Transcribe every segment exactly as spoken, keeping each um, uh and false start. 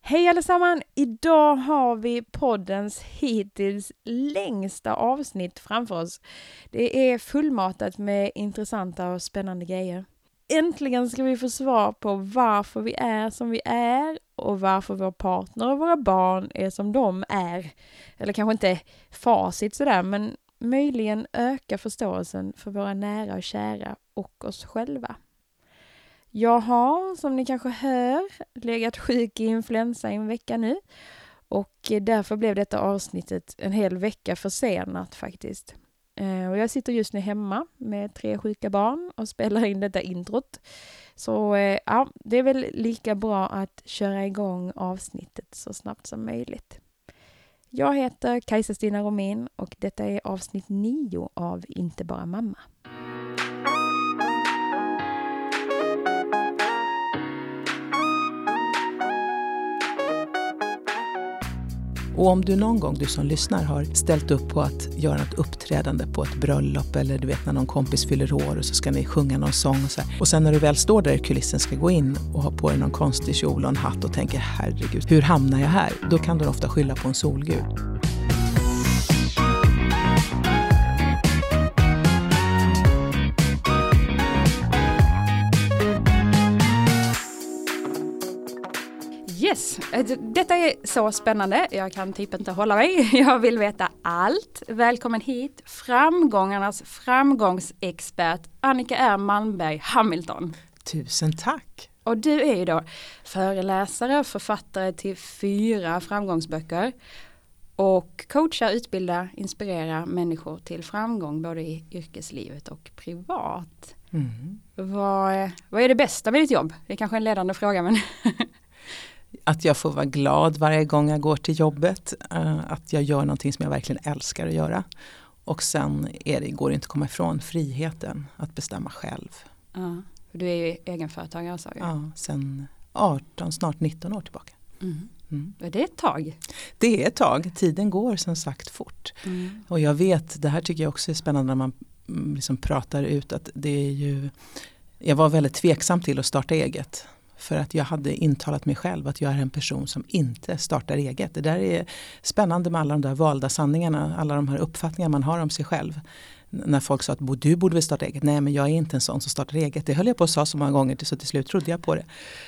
Hej allesammans! Idag har vi poddens hittills längsta avsnitt framför oss. Det är fullmatat med intressanta och spännande grejer. Äntligen ska vi få svar på varför vi är som vi är och varför vår partner och våra barn är som de är. Eller kanske inte facit sådär, men möjligen öka förståelsen för våra nära och kära och oss själva. Jag har, som ni kanske hör, legat sjuk i influensa i en vecka nu. Och därför blev detta avsnittet en hel vecka försenat faktiskt. Och jag sitter just nu hemma med tre sjuka barn och spelar in detta introt. Så ja, det är väl lika bra att köra igång avsnittet så snabbt som möjligt. Jag heter Kajsa-Stina Romin och detta är avsnitt nio av Inte bara mamma. Och om du någon gång, du som lyssnar, har ställt upp på att göra ett uppträdande på ett bröllop eller du vet när någon kompis fyller år och så ska ni sjunga någon sång och så här. Och sen när du väl står där i kulissen ska gå in och ha på dig någon konstig kjol och en hatt och tänker herregud, hur hamnar jag här? Då kan du ofta skylla på en solgud. Yes, detta är så spännande. Jag kan typ inte hålla mig. Jag vill veta allt. Välkommen hit, framgångarnas framgångsexpert Annika R. Malmberg Hamilton. Tusen tack. Och du är ju då föreläsare, författare till fyra framgångsböcker och coachar, utbildar, inspirerar människor till framgång både i yrkeslivet och privat. Mm. Vad, vad är det bästa med ditt jobb? Det är kanske en ledande fråga, men... Att jag får vara glad varje gång jag går till jobbet. Att jag gör någonting som jag verkligen älskar att göra. Och sen är det, går det inte att komma ifrån friheten att bestämma själv. Ja, du är ju egenföretagare, sa jag. Ja, sen arton, snart nitton år tillbaka. Mm. Mm. Det är ett tag. Det är ett tag. Tiden går som sagt fort. Mm. Och jag vet, det här tycker jag också är spännande när man liksom pratar ut att det är ju... Jag var väldigt tveksam till att starta eget. För att jag hade intalat mig själv att jag är en person som inte startar eget. Det där är spännande med alla de där valda sanningarna. Alla de här uppfattningarna man har om sig själv. När folk sa att du borde väl starta eget. Nej, men jag är inte en sån som startar eget. Det höll jag på att säga så många gånger så till slut trodde jag på det.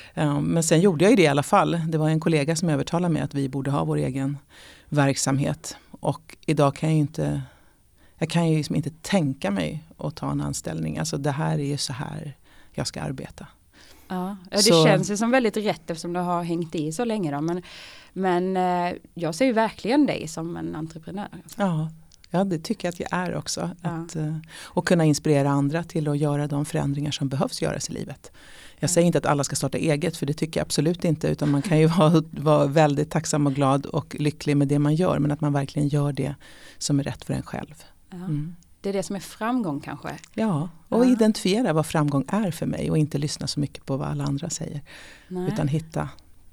Men sen gjorde jag ju det i alla fall. Det var en kollega som övertalade mig att vi borde ha vår egen verksamhet. Och idag kan jag ju inte... Jag kan ju liksom inte tänka mig att ta en anställning. Alltså det här är ju så här jag ska arbeta. Ja, det så. Känns ju som väldigt rätt eftersom du har hängt i så länge då. Men, men jag ser ju verkligen dig som en entreprenör. Alltså. Ja, ja, det tycker jag att jag är också. Ja. Att, och kunna inspirera andra till att göra de förändringar som behövs göras i livet. Jag ja. säger inte att alla ska starta eget, för det tycker jag absolut inte. Utan man kan ju vara, vara väldigt tacksam och glad och lycklig med det man gör. Men att man verkligen gör det som är rätt för en själv. Ja. Mm. Det är det som är framgång kanske. Ja, och ja. identifiera vad framgång är för mig. Och inte lyssna så mycket på vad alla andra säger. Nej. Utan hitta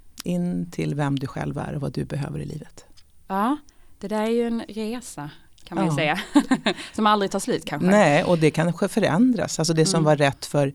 in till vem du själv är och vad du behöver i livet. Ja, det där är ju en resa kan man ju ja. säga. Som aldrig tar slut kanske. Nej, och det kanske förändras. Alltså det som Mm. var rätt för,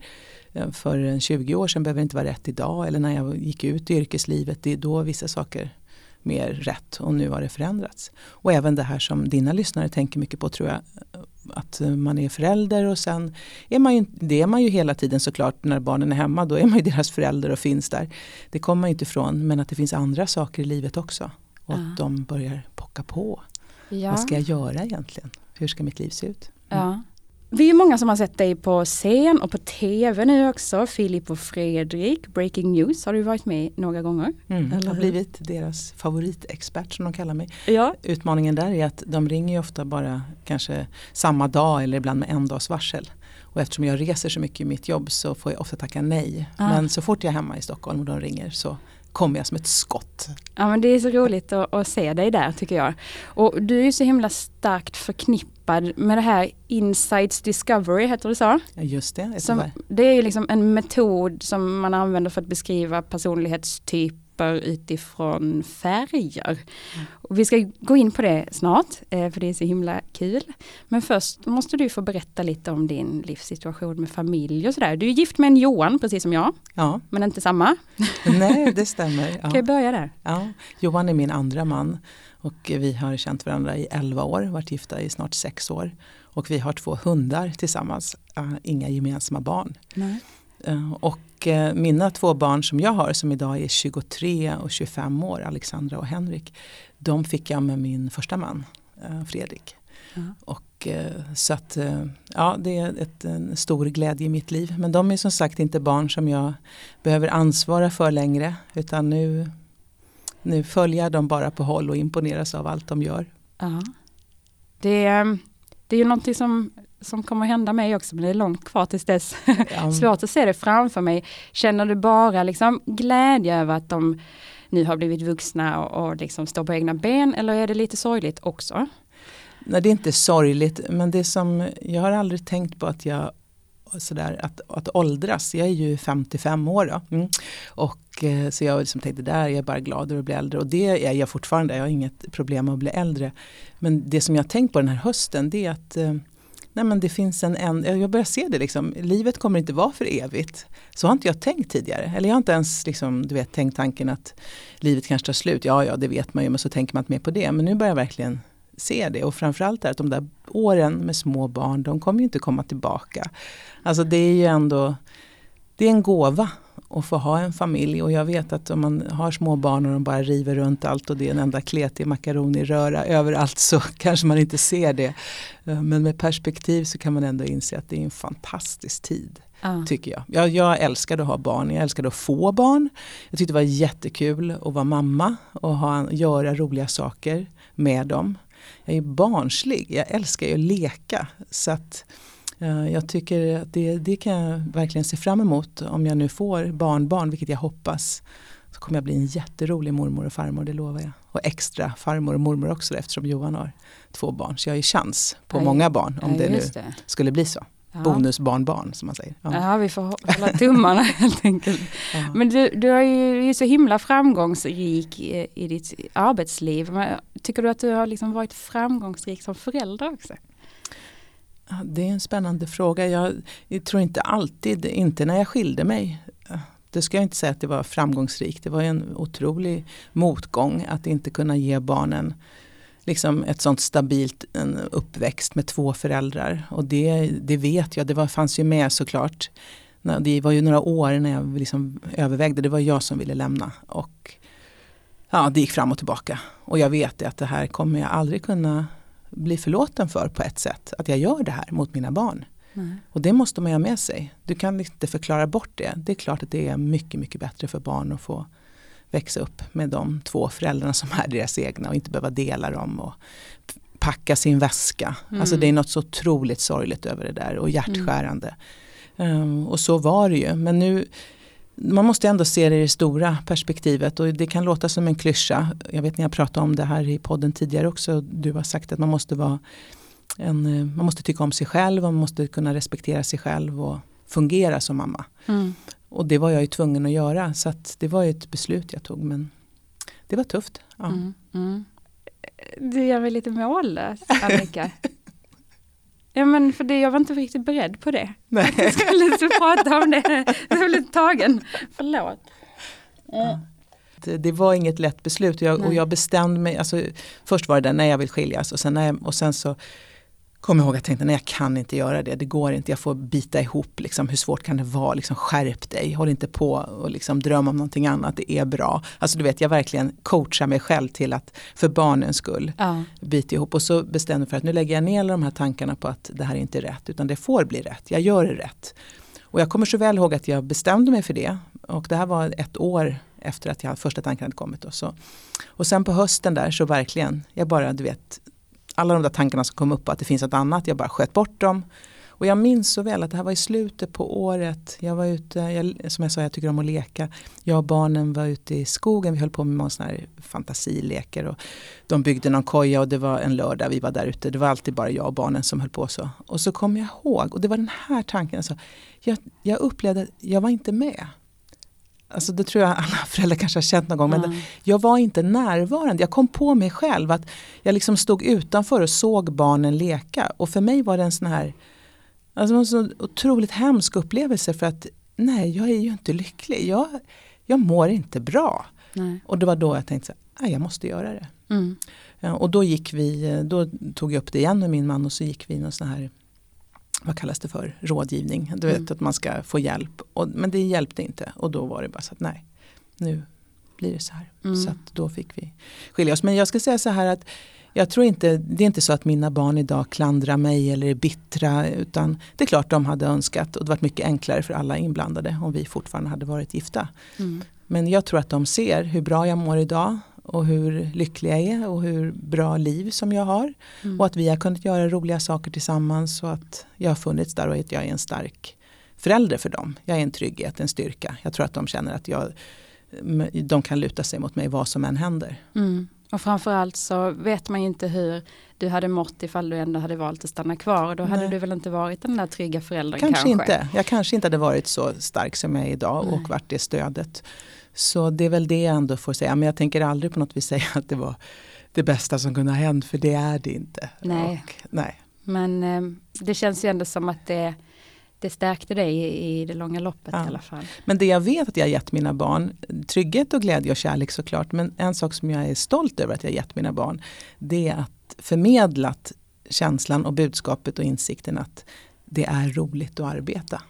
för tjugo år sedan behöver inte vara rätt idag. Eller när jag gick ut i yrkeslivet, det är då vissa saker mer rätt. Och nu har det förändrats. Och även det här som dina lyssnare tänker mycket på, tror jag. Att man är förälder och sen är man ju, det är man ju hela tiden såklart när barnen är hemma. Då är man ju deras förälder och finns där. Det kommer man ju inte ifrån, men att det finns andra saker i livet också. Och ja. att de börjar pocka på. Ja. Vad ska jag göra egentligen? Hur ska mitt liv se ut? Mm. Ja. Vi är många som har sett dig på scen och på tv nu också. Filip och Fredrik, Breaking News har du varit med några gånger. Mm, jag har blivit deras favoritexpert som de kallar mig. Ja. Utmaningen där är att de ringer ju ofta bara kanske samma dag eller ibland med en dags varsel. Och eftersom jag reser så mycket i mitt jobb så får jag ofta tacka nej. Ah. Men så fort jag är hemma i Stockholm och de ringer så kommer jag som ett skott. Ja, men det är så roligt att, att se dig där tycker jag. Och du är ju så himla starkt förknippad med det här Insights Discovery, heter det så? Ja, just det. Som, det är ju liksom en metod som man använder för att beskriva personlighetstyper egenskaper utifrån färger. Mm. Och vi ska gå in på det snart, för det är så himla kul. Men först måste du få berätta lite om din livssituation med familj och sådär. Du är gift med en Johan, precis som jag. Ja. Men inte samma. Nej, det stämmer. Ja. Kan jag börja där? Ja. Johan är min andra man. Och vi har känt varandra i elva år, varit gifta i snart sex år. Och vi har två hundar tillsammans, uh, inga gemensamma barn. Nej. Uh, och uh, mina två barn som jag har, som idag är tjugotre och tjugofem år, Alexandra och Henrik, de fick jag med min första man, uh, Fredrik. Uh. Och uh, så att, uh, ja, det är ett, en stor glädje i mitt liv. Men de är som sagt inte barn som jag behöver ansvara för längre, utan nu... Nu följer de bara på håll och imponeras av allt de gör. Ja. Det, är, det är ju någonting som, som kommer hända mig också, men det är långt kvar tills dess. Ja. Svårt att se det framför mig. Känner du bara liksom glädje över att de nu har blivit vuxna och, och liksom står på egna ben, eller är det lite sorgligt också? Nej, det är inte sorgligt, men det som jag har aldrig tänkt på att jag sådär, att, att åldras. Jag är ju femtiofem år då. Mm. Och eh, så jag liksom tänkte där, jag är bara glad att bli äldre. Och det är jag fortfarande, jag har inget problem med att bli äldre. Men det som jag har tänkt på den här hösten, det är att eh, nej, men det finns en, en, jag börjar se det liksom, livet kommer inte vara för evigt. Så har inte jag tänkt tidigare. Eller jag har inte ens liksom, du vet, tänkt tanken att livet kanske tar slut. Ja, ja, det vet man ju, men så tänker man inte mer på det. Men nu börjar jag verkligen se det, och framförallt är att de där åren med små barn, de kommer ju inte komma tillbaka. Alltså det är ju ändå, det är en gåva att få ha en familj, och jag vet att om man har små barn och de bara river runt allt och det är en enda kletig makaroniröra överallt, så kanske man inte ser det. Men med perspektiv så kan man ändå inse att det är en fantastisk tid. Ah. Tycker jag. jag. Jag älskade att ha barn, jag älskade att få barn. Jag tyckte det var jättekul att vara mamma och ha, göra roliga saker med dem. Jag är barnslig, jag älskar ju att leka, så att uh, jag tycker att det, det kan jag verkligen se fram emot. Om jag nu får barnbarn, vilket jag hoppas, så kommer jag bli en jätterolig mormor och farmor, det lovar jag. Och extra farmor och mormor också, eftersom Johan har två barn. Så jag har ju chans på Aj, många barn om det nu det. skulle bli så. Ja. Bonusbarnbarn som man säger. Ja, ja, vi får hålla tummarna helt enkelt. Ja. Men du, du är ju så himla framgångsrik i, i ditt arbetsliv. Men tycker du att du har liksom varit framgångsrik som förälder också? Ja, det är en spännande fråga. Jag, jag tror inte alltid, inte när jag skilde mig. Det ska jag inte säga att det var framgångsrikt. Det var en otrolig motgång att inte kunna ge barnen liksom ett sånt stabilt en uppväxt med två föräldrar. Och det, det vet jag, det var, fanns ju med såklart. Det var ju några år när jag liksom övervägde, det var jag som ville lämna. Och ja, det gick fram och tillbaka. Och jag vet att det här kommer jag aldrig kunna bli förlåten för på ett sätt. Att jag gör det här mot mina barn. Mm. Och det måste man ha med sig. Du kan inte förklara bort det. Det är klart att det är mycket, mycket bättre för barn att få växa upp med de två föräldrarna som är deras egna och inte behöva dela dem och packa sin väska. Mm. Alltså det är något så otroligt sorgligt över det där och hjärtskärande. Mm. Um, och så var det ju. Men nu, man måste ändå se det i det stora perspektivet, och det kan låta som en klyscha. Jag vet när jag pratade om det här i podden tidigare också. Du har sagt att man måste vara en, man måste tycka om sig själv och man måste kunna respektera sig själv och fungera som mamma. Mm. Och det var jag ju tvungen att göra, så att det var ju ett beslut jag tog, men det var tufft. Ja. Mm, mm. Du gör mig lite mållös, Annika. Ja, men för det, jag var inte riktigt beredd på det. Nej. Jag skulle inte prata om det. Jag blev lite tagen. Förlåt. Mm. Ja. Det, det var inget lätt beslut, och jag, och jag bestämde mig, alltså, först var det där när jag vill skiljas, och sen, när jag, och sen så kom jag ihåg att jag tänkte, nej, jag kan inte göra det. Det går inte, jag får bita ihop. Liksom, hur svårt kan det vara? Liksom, skärp dig. Håll inte på och liksom, dröm om någonting annat. Det är bra. Alltså du vet, jag verkligen coachar mig själv till att för barnens skull ja. bita ihop. Och så bestämde jag för att nu lägger jag ner alla de här tankarna på att det här är inte rätt. Utan det får bli rätt. Jag gör det rätt. Och jag kommer så väl ihåg att jag bestämde mig för det. Och det här var ett år efter att jag första tanken hade kommit. Och, så. och sen på hösten där så verkligen, jag bara, du vet, alla de där tankarna som kom upp att det finns ett annat, jag bara sköt bort dem. Och jag minns så väl att det här var i slutet på året. Jag var ute, jag, som jag sa, jag tycker om att leka. Jag och barnen var ute i skogen, vi höll på med någon sån här fantasileker. Och de byggde någon koja och det var en lördag, vi var där ute. Det var alltid bara jag och barnen som höll på så. Och så kom jag ihåg, och det var den här tanken. Alltså, jag, jag upplevde att jag var inte med. alltså det tror jag alla föräldrar kanske har känt någon gång, men Mm. jag var inte närvarande. Jag kom på mig själv att jag liksom stod utanför och såg barnen leka. Och för mig var det en sån här, alltså en så otroligt hemsk upplevelse, för att nej, jag är ju inte lycklig. Jag, jag mår inte bra. Nej. Och det var då jag tänkte så här, jag måste göra det. Mm. Ja, och då gick vi, då tog jag upp det igen med min man och så gick vi någon sån här, vad kallas det för, rådgivning. Du vet Mm. att man ska få hjälp. Och, men det hjälpte inte. Och då var det bara så att nej, nu blir det så här. Mm. Så att då fick vi skilja oss. Men jag ska säga så här att jag tror inte, det är inte så att mina barn idag klandrar mig eller är bittra. Utan det är klart de hade önskat, och det varit mycket enklare för alla inblandade om vi fortfarande hade varit gifta. Mm. Men jag tror att de ser hur bra jag mår idag. Och hur lycklig jag är och hur bra liv som jag har. Mm. Och att vi har kunnat göra roliga saker tillsammans. Och att jag har funnits där och att jag är en stark förälder för dem. Jag är en trygghet, en styrka. Jag tror att de känner att jag, de kan luta sig mot mig vad som än händer. Mm. Och framförallt så vet man ju inte hur du hade mått ifall du ändå hade valt att stanna kvar. Och då hade Nej. du väl inte varit den där trygga föräldern Kanske, kanske? inte. Jag kanske inte hade varit så stark som jag är idag. Nej. Och varit det stödet. Så det är väl det jag ändå får säga. Men jag tänker aldrig på något vis säga att det var det bästa som kunde ha hänt. För det är det inte. Nej. Och, nej. Men eh, det känns ju ändå som att det, det stärkte dig i, i det långa loppet Ja. i alla fall. Men det jag vet att jag har gett mina barn, trygghet och glädje och kärlek såklart. Men en sak som jag är stolt över att jag har gett mina barn, det är att förmedlat känslan och budskapet och insikten att det är roligt att arbeta.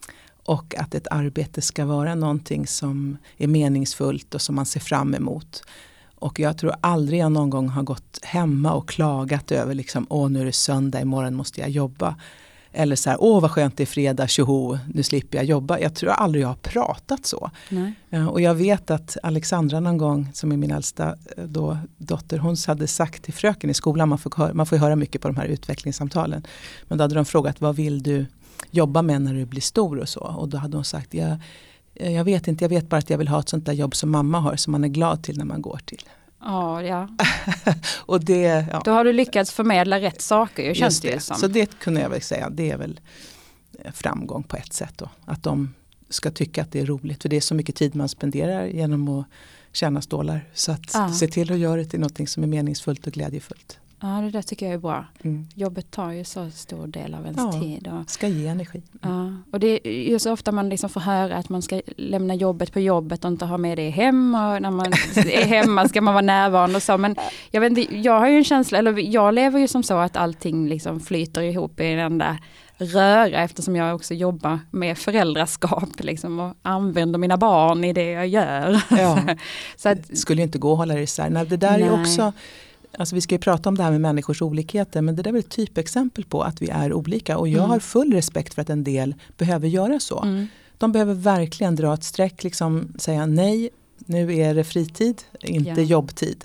Och att ett arbete ska vara någonting som är meningsfullt och som man ser fram emot. Och jag tror aldrig jag någon gång har gått hemma och klagat över liksom, åh nu är det söndag, imorgon måste jag jobba. Eller så här, åh vad skönt det är fredag, tjoho, nu slipper jag jobba. Jag tror aldrig jag har pratat så. Nej. Och jag vet att Alexandra någon gång, som är min äldsta då, dotter, hon hade sagt till fröken i skolan, man får, höra, man får höra mycket på de här utvecklingssamtalen. Men då hade de frågat, vad vill du jobba med när du blir stor och så. Och då hade hon sagt, jag, jag vet inte, jag vet bara att jag vill ha ett sånt där jobb som mamma har, som man är glad till när man går till. Ja, ja. Och det, ja. Då har du lyckats förmedla rätt saker, ju, känns Just det ju det. som. Så det kunde jag väl säga, det är väl framgång på ett sätt då. Att de ska tycka att det är roligt. För det är så mycket tid man spenderar genom att tjäna stålar. Så att Ja. se till att göra det till något som är meningsfullt och glädjefullt. Ja, det där tycker jag är bra. Mm. Jobbet tar ju så stor del av ens Ja. tid. Och, Ska ge energi. ja. och det är ju så ofta man liksom får höra att man ska lämna jobbet på jobbet och inte ha med det hem. Och när man är hemma ska man vara närvarande och så. Men jag vet inte, jag har ju en känsla, eller jag lever ju som så att allting liksom flyter ihop i en enda röra, eftersom jag också jobbar med föräldraskap liksom, och använder mina barn i det jag gör. Ja. Så att, Det skulle ju inte gå att hålla det isär. Nej, det där Nej. är också, alltså vi ska ju prata om det här med människors olikheter, men det där är väl ett typexempel på att vi är olika. Och jag Mm. har full respekt för att en del behöver göra så. mm, De behöver verkligen dra ett streck, liksom säga nej, nu är det fritid, inte Ja. jobbtid.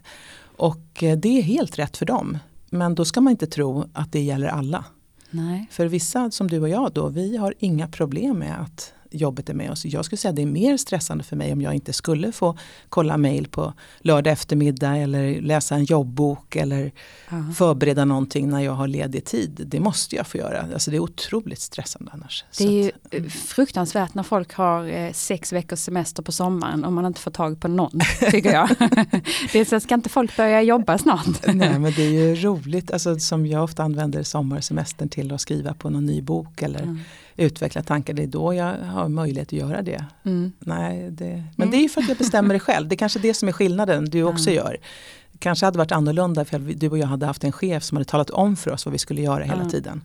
Och eh, det är helt rätt för dem. Men då ska man inte tro att det gäller alla. nej. För vissa som du och jag då, vi har inga problem med att jobbet är med oss. Jag skulle säga att det är mer stressande för mig om jag inte skulle få kolla mejl på lördag eftermiddag eller läsa en jobbbok eller Ja. förbereda någonting när jag har ledig tid. Det måste jag få göra. Alltså det är otroligt stressande annars. Det är Så ju att, eh, fruktansvärt när folk har eh, sex veckors semester på sommaren och man inte får tag på någon, tycker jag. Det är så, ska inte folk börja jobba snart? nej, men det är ju roligt, alltså, som jag ofta använder sommarsemestern till att skriva på någon ny bok eller Mm. utveckla tankar. Det är då jag har möjlighet att göra det. Mm. Nej, det, men det är ju för att jag bestämmer det själv. Det är kanske det som är skillnaden, du också Mm. gör. Kanske hade varit annorlunda för du och jag hade haft en chef som hade talat om för oss vad vi skulle göra hela Mm. tiden.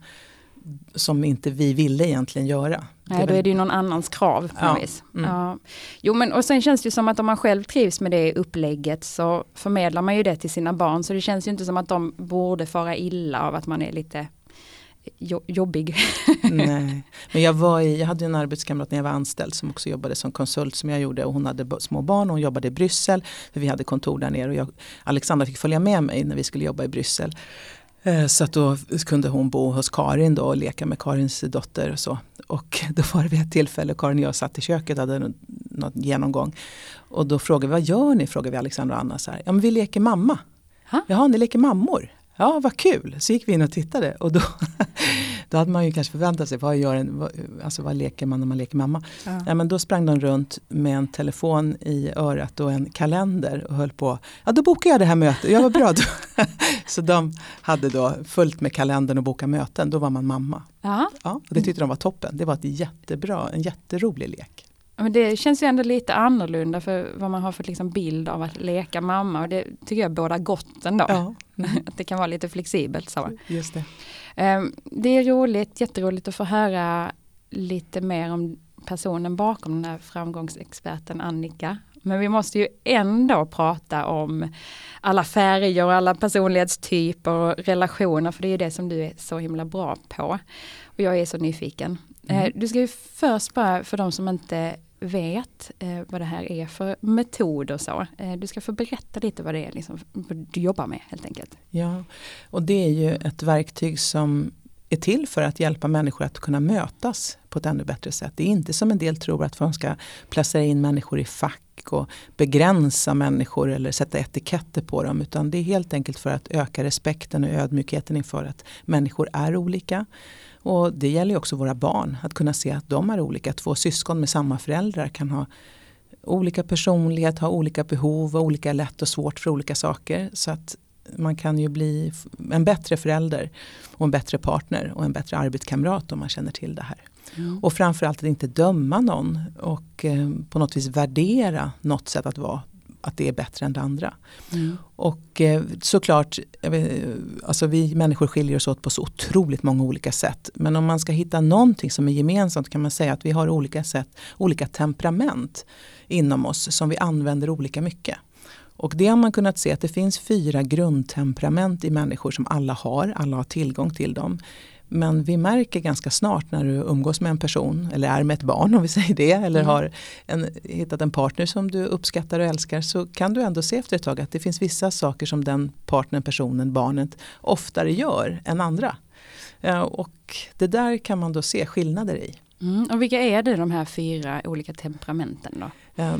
Som inte vi ville egentligen göra. Nej, då är det ju någon annans krav på Ja. något vis. Mm. Ja. Jo, men och sen känns det ju som att om man själv trivs med det upplägget så förmedlar man ju det till sina barn. Så det känns ju inte som att de borde fara illa av att man är lite jo- jobbig. Nej, men jag, var i, jag hade en arbetskamrat när jag var anställd som också jobbade som konsult som jag gjorde och hon hade b- små barn och hon jobbade i Bryssel för vi hade kontor där nere och jag, Alexandra fick följa med mig när vi skulle jobba i Bryssel. Eh, så att då kunde hon bo hos Karin då och leka med Karins dotter och så. Och då var det vid ett tillfälle Karin och jag satt i köket och hade någon, någon genomgång. Och då frågade vi, vad gör ni? Frågade vi Alexandra och Anna så här. Ja, men vi leker mamma. Ha? Jaha, ni leker mammor. Ja, vad kul. Så gick vi in och tittade och då, Då hade man ju kanske förväntat sig, vad, gör en, vad, alltså, vad leker man när man leker mamma? Ja. Ja, men då sprang de runt med en telefon i örat och en kalender och höll på. Ja, då bokade jag det här mötet. Jag var bra då. Så de hade då fullt med kalendern och boka möten. Då var man mamma. Ja. Ja, och det tyckte de var toppen. Det var ett jättebra, en jätterolig lek. Men det känns ju ändå lite annorlunda för vad man har för liksom bild av att leka mamma. Och det tycker jag båda gott ändå. Ja. Mm. Att det kan vara lite flexibelt. Så. Just det. Det är roligt, jätteroligt att få höra lite mer om personen bakom den här framgångsexperten Annika. Men vi måste ju ändå prata om alla färger och alla personlighetstyper och relationer. För det är ju det som du är så himla bra på. Och jag är så nyfiken. Mm. Du ska ju först bara, för de som inte vet eh, vad det här är för metod och så. Eh, du ska få berätta lite vad det är liksom, vad du jobbar med helt enkelt. Ja, och det är ju ett verktyg som är till för att hjälpa människor att kunna mötas på ett ännu bättre sätt. Det är inte som en del tror att man ska placera in människor i fack och begränsa människor eller sätta etiketter på dem, utan det är helt enkelt för att öka respekten och ödmjukheten inför att människor är olika. Och det gäller ju också våra barn, att kunna se att de är olika. Två syskon med samma föräldrar kan ha olika personlighet, ha olika behov och olika lätt och svårt för olika saker. Så att man kan ju bli en bättre förälder och en bättre partner och en bättre arbetskamrat om man känner till det här. Mm. Och framförallt att inte döma någon och eh, på något vis värdera något sätt att vara, att det är bättre än det andra. Mm. Och eh, såklart, vet, alltså vi människor skiljer oss åt på så otroligt många olika sätt. Men om man ska hitta någonting som är gemensamt kan man säga att vi har olika sätt, olika temperament inom oss som vi använder olika mycket. Och det har man kunnat se att det finns fyra grundtemperament i människor som alla har, alla har tillgång till dem. Men vi märker ganska snart när du umgås med en person eller är med ett barn om vi säger det eller mm. har en, hittat en partner som du uppskattar och älskar, så kan du ändå se efter ett tag att det finns vissa saker som den partnern, personen, barnet oftare gör än andra. Och det där kan man då se skillnader i. Mm. Och vilka är det de här fyra olika temperamenten då?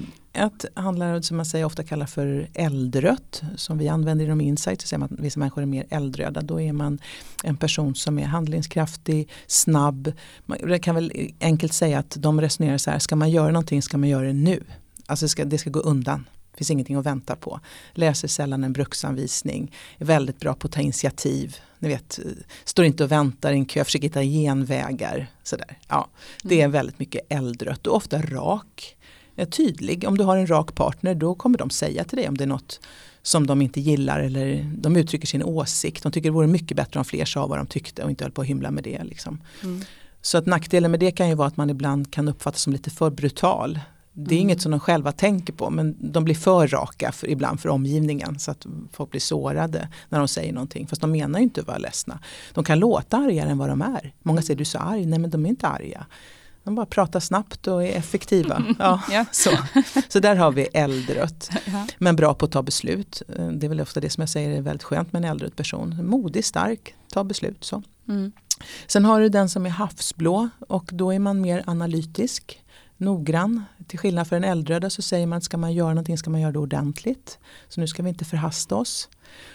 Ett handlar som man säger ofta kallar för eldrött, som vi använder inom Insight. Så säger man att vissa människor är mer eldröda. Då är man en person som är handlingskraftig, snabb. Man kan väl enkelt säga att de resonerar så här: ska man göra någonting ska man göra det nu. Alltså det ska, det ska gå undan. Det finns ingenting att vänta på. Läser sällan en bruksanvisning. Är väldigt bra på att ta initiativ. Ni vet, står inte och väntar i en kö, försöker hitta genvägar. Sådär. Ja, det är väldigt mycket eldrött och ofta rak. Är tydlig. Om du har en rak partner, då kommer de säga till dig om det är något som de inte gillar eller de uttrycker sin åsikt. De tycker det vore mycket bättre om fler sa vad de tyckte och inte höll på att hymla med det. Liksom. Mm. Så att nackdelen med det kan ju vara att man ibland kan uppfattas som lite för brutal. Det är mm. inget som de själva tänker på, men de blir för raka för, ibland för omgivningen så att folk blir sårade när de säger någonting. Fast de menar ju inte att vara ledsna. De kan låta argare än vad de är. Många säger du är så arg, nej men de är inte arga. De bara pratar snabbt och är effektiva. Ja, ja. Så. så där har vi eldrött. Ja. Men bra på att ta beslut. Det är väl ofta det som jag säger är väldigt skönt med en eldrött person. Modig, stark, ta beslut. Så. Mm. Sen har du den som är havsblå och då är man mer analytisk, noggrann. Till skillnad för en eldröda så säger man att ska man göra någonting ska man göra det ordentligt. Så nu ska vi inte förhasta oss.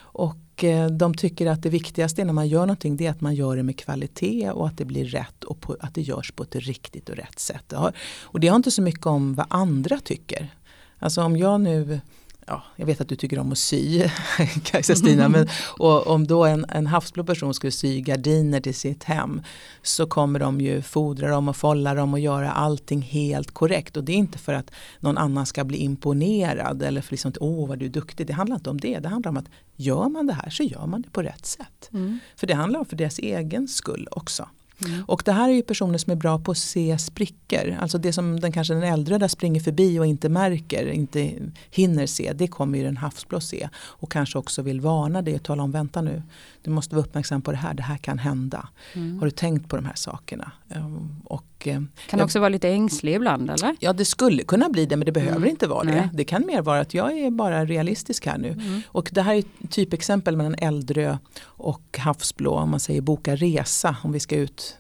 Och eh, de tycker att det viktigaste när man gör någonting det är att man gör det med kvalitet och att det blir rätt och på, att det görs på ett riktigt och rätt sätt. Det har, och det har inte så mycket om vad andra tycker. Alltså om jag nu, ja, jag vet att du tycker om att sy, Kajsa Stina, men och om då en, en havsblå person skulle sy gardiner till sitt hem så kommer de ju fodra dem och folla dem och göra allting helt korrekt. Och det är inte för att någon annan ska bli imponerad eller för liksom att åh vad du är duktig. Det handlar inte om det. Det handlar om att gör man det här så gör man det på rätt sätt. Mm. För det handlar om för deras egen skull också. Mm. Och det här är ju personer som är bra på att se sprickor. Alltså det som den kanske den eldröda springer förbi och inte märker, inte hinner se, det kommer ju den havsblå se. Och kanske också vill varna dig och tala om, vänta nu, du måste vara uppmärksam på det här, det här kan hända. Mm. Har du tänkt på de här sakerna? Och, kan det jag, också vara lite ängslig ibland eller? Ja, det skulle kunna bli det men det behöver mm. inte vara det. Nej. Det kan mer vara att jag är bara realistisk här nu. Mm. Och det här är ett typexempel mellan eldrö och havsblå. Om man säger boka resa, om vi ska ut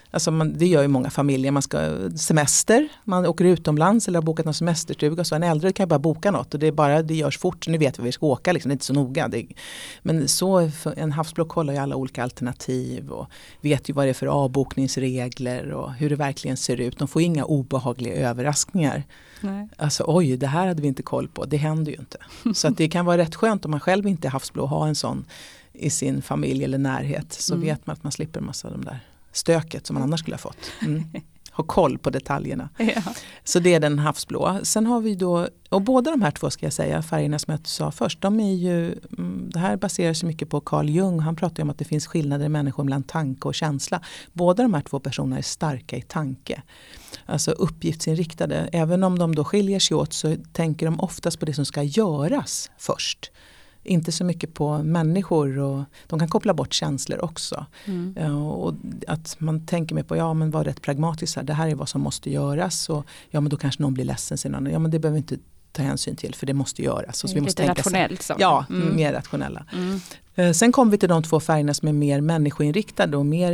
Alltså man, det gör ju många familjer. Man ska semester, man åker utomlands eller har bokat någon semesterstuga. Så en äldre kan ju bara boka något och det, är bara, det görs fort. Nu vet vi var vi ska åka, liksom. Det är inte så noga. Det, men så, en havsblå kollar ju alla olika alternativ och vet ju vad det är för avbokningsregler och hur det verkligen ser ut. De får inga obehagliga överraskningar. Nej. Alltså oj, det här hade vi inte koll på. Det händer ju inte. Så att det kan vara rätt skönt om man själv inte är havsblå och ha en sån i sin familj eller närhet. Så mm. vet man att man slipper en massa av de där stöket som man annars skulle ha fått. Mm. Ha koll på detaljerna. Ja. Så det är den havsblå. Sen har vi då, och båda de här två ska jag säga, färgerna som jag sa först, de är ju, det här baserar sig mycket på Carl Jung. Han pratar ju om att det finns skillnader i människor mellan tanke och känsla. Båda de här två personerna är starka i tanke. Alltså uppgiftsinriktade. Även om de då skiljer sig åt så tänker de oftast på det som ska göras först. Inte så mycket på människor och de kan koppla bort känslor också. Mm. Uh, och att man tänker med på, ja men var rätt pragmatisk här, det här är vad som måste göras och ja men då kanske någon blir ledsen sen annan. Ja men det behöver vi inte ta hänsyn till för det måste göras. Så det är vi lite måste tänka rationellt så. Ja, mm. mer rationella. Mm. Uh, sen kommer vi till de två färgerna som är mer människoinriktade och mer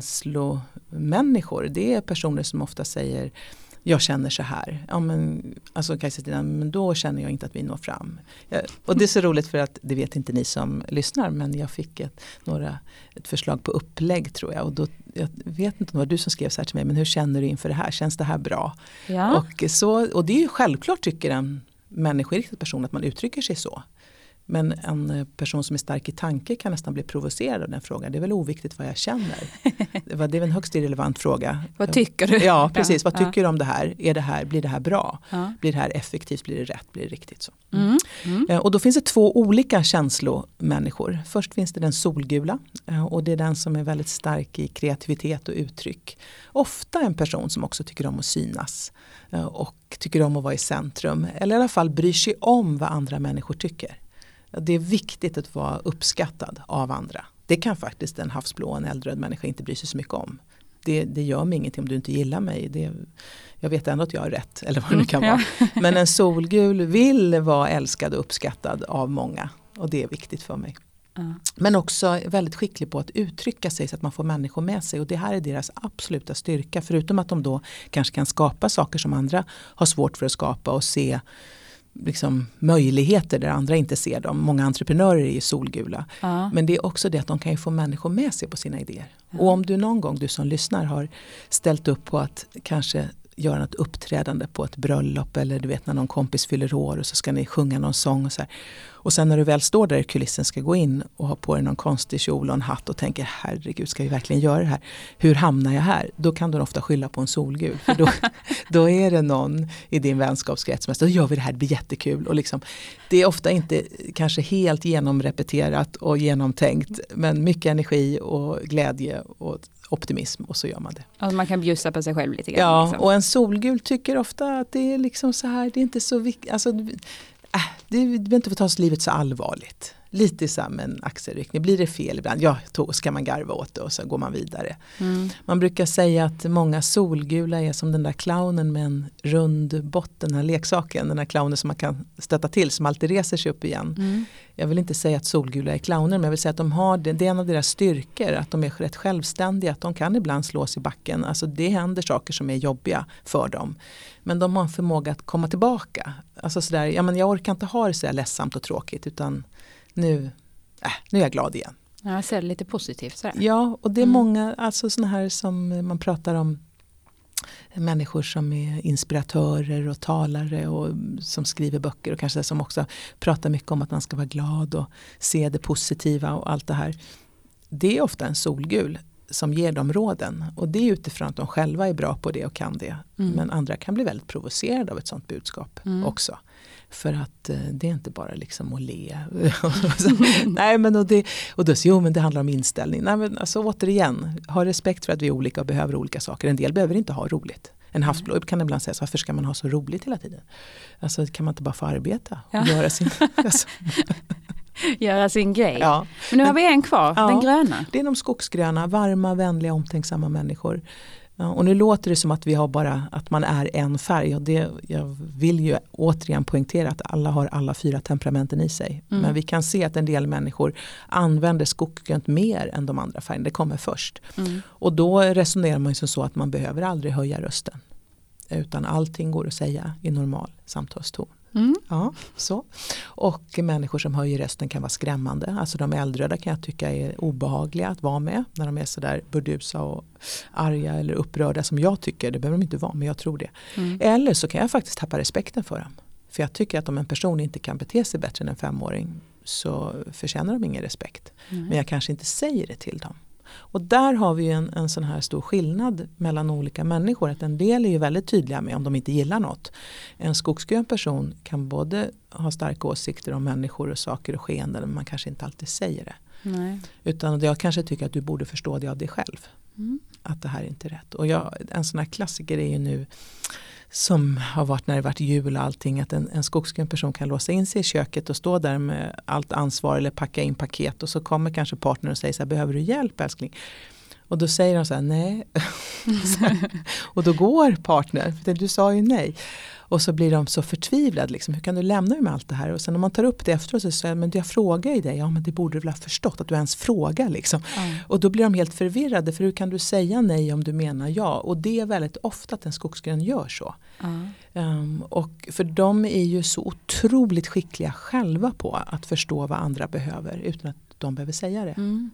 känslomänniskor. Det är personer som ofta säger jag känner så här. Ja, men, alltså, Kajsa, men då känner jag inte att vi når fram. Ja, och det är så roligt för att det vet inte ni som lyssnar. Men jag fick ett, några, ett förslag på upplägg tror jag. Och då, jag vet inte om det var du som skrev så här till mig. Men hur känner du inför det här? Känns det här bra? Ja. Och, så, och det är ju självklart tycker en människoinriktad person att man uttrycker sig så. Men en person som är stark i tanke kan nästan bli provocerad av den frågan. Det är väl oviktigt vad jag känner. Det är väl en högst irrelevant fråga. Vad tycker du? Ja, precis. Vad ja. tycker du om det här? Är det här? Blir det här bra? Ja. Blir det här effektivt? Blir det rätt? Blir det riktigt så? Mm. Mm. Och då finns det två olika känslomänniskor. Först finns det den solgula. Och det är den som är väldigt stark i kreativitet och uttryck. Ofta en person som också tycker om att synas. Och tycker om att vara i centrum. Eller i alla fall bryr sig om vad andra människor tycker. Det är viktigt att vara uppskattad av andra. Det kan faktiskt en havsblå, en eldröd människa inte bry sig så mycket om. Det, det gör mig ingenting om du inte gillar mig. Det, jag vet ändå att jag har rätt, eller vad det nu kan vara. Men en solgul vill vara älskad och uppskattad av många. Och det är viktigt för mig. Mm. Men också väldigt skicklig på att uttrycka sig så att man får människor med sig. Och det här är deras absoluta styrka. Förutom att de då kanske kan skapa saker som andra har svårt för att skapa och se liksom möjligheter där andra inte ser dem. Många entreprenörer är ju solgula. Ja. Men det är också det att de kan ju få människor med sig på sina idéer. Ja. Och om du någon gång, du som lyssnar, har ställt upp på att kanske göra något uppträdande på ett bröllop eller du vet när någon kompis fyller år och så ska ni sjunga någon sång och så här. Och sen när du väl står där i kulissen ska gå in och ha på dig någon konstig kjol och en hatt och tänker herregud ska vi verkligen göra det här? Hur hamnar jag här? Då kan du ofta skylla på en solgul. För då, då är det någon i din vänskapskrets som säger då gör vi det här, det blir jättekul. Och liksom, det är ofta inte kanske helt genomrepeterat och genomtänkt men mycket energi och glädje och optimism och så gör man det. Alltså man kan bjussa på sig själv lite grann. Ja, liksom. Och en solgul tycker ofta att det är liksom så här, det är inte så viktigt, alltså äh, det behöver inte få ta livet så allvarligt. Lite som en axelryckning. Blir det fel ibland? Ja, då ska man garva åt det och så går man vidare. Mm. Man brukar säga att många solgula är som den där clownen med en rund botten, den här leksaken. Den här clownen som man kan stötta till som alltid reser sig upp igen. Mm. Jag vill inte säga att solgula är clowner men jag vill säga att de har det, det är en av deras styrkor. Att de är rätt självständiga, att de kan ibland slås i backen. Alltså det händer saker som är jobbiga för dem. Men de har en förmåga att komma tillbaka. Alltså sådär, ja men jag orkar inte ha det så här ledsamt och tråkigt utan Nu, äh, nu är jag glad igen. Ja, jag ser det lite positivt. Sådär. Ja, och det är mm. många, alltså såna här som man pratar om människor som är inspiratörer och talare och som skriver böcker och kanske som också pratar mycket om att man ska vara glad och se det positiva och allt det här. Det är ofta en solgul som ger dem råden och det är utifrån att de själva är bra på det och kan det. Mm. Men andra kan bli väldigt provocerade av ett sånt budskap mm. också. För att eh, det är inte bara liksom att le. Nej men och det, och då, jo men det handlar om inställning. Nej men alltså återigen, ha respekt för att vi är olika och behöver olika saker. En del behöver inte ha roligt. En havsblå kan ibland säga så varför ska man ha så roligt hela tiden? Alltså kan man inte bara få arbeta och ja. göra sin... Alltså. Göra sin grej. Ja. Men nu har vi en kvar, ja, den gröna. Det är de skogsgröna, varma, vänliga, omtänksamma människor. Ja, och nu låter det som att vi har bara att man är en färg. Och det, jag vill ju återigen poängtera att alla har alla fyra temperamenten i sig. Mm. Men vi kan se att en del människor använder skogsgrönt mer än de andra färgerna. Det kommer först. Mm. Och då resonerar man ju som så att man behöver aldrig höja rösten. Utan allting går att säga i normal samtalston. Mm. Ja, så. Och människor som höjer rösten kan vara skrämmande. Alltså de äldröda kan jag tycka är obehagliga att vara med. När de är så där burdusa och arga eller upprörda som jag tycker. Det behöver de inte vara, men jag tror det. Mm. Eller så kan jag faktiskt tappa respekten för dem. För jag tycker att om en person inte kan bete sig bättre än en femåring så förtjänar de ingen respekt. Mm. Men jag kanske inte säger det till dem. Och där har vi en, en sån här stor skillnad mellan olika människor. Att en del är ju väldigt tydliga med om de inte gillar något. En skogsgrön person kan både ha starka åsikter om människor och saker och skeenden, men man kanske inte alltid säger det. Nej. Utan jag kanske tycker att du borde förstå det av dig själv. Mm. Att det här är inte är rätt. Och jag, en sån här klassiker är ju nu som har varit när det varit jul och allting, att en, en skogsgrön person kan låsa in sig i köket och stå där med allt ansvar eller packa in paket och så kommer kanske partnern och säger så här, behöver du hjälp älskling? Och då säger de så här, nej. Och då går partner, för du sa ju nej. Och så blir de så förtvivlade, liksom, hur kan du lämna mig med allt det här? Och sen när man tar upp det efteråt så säger men jag frågar ju dig, ja men det borde du väl ha förstått att du ens frågar liksom. Mm. Och då blir de helt förvirrade, för hur kan du säga nej om du menar ja? Och det är väldigt ofta att en skogsgrön gör så. Mm. Um, och för de är ju så otroligt skickliga själva på att förstå vad andra behöver utan att de behöver säga det. Mm.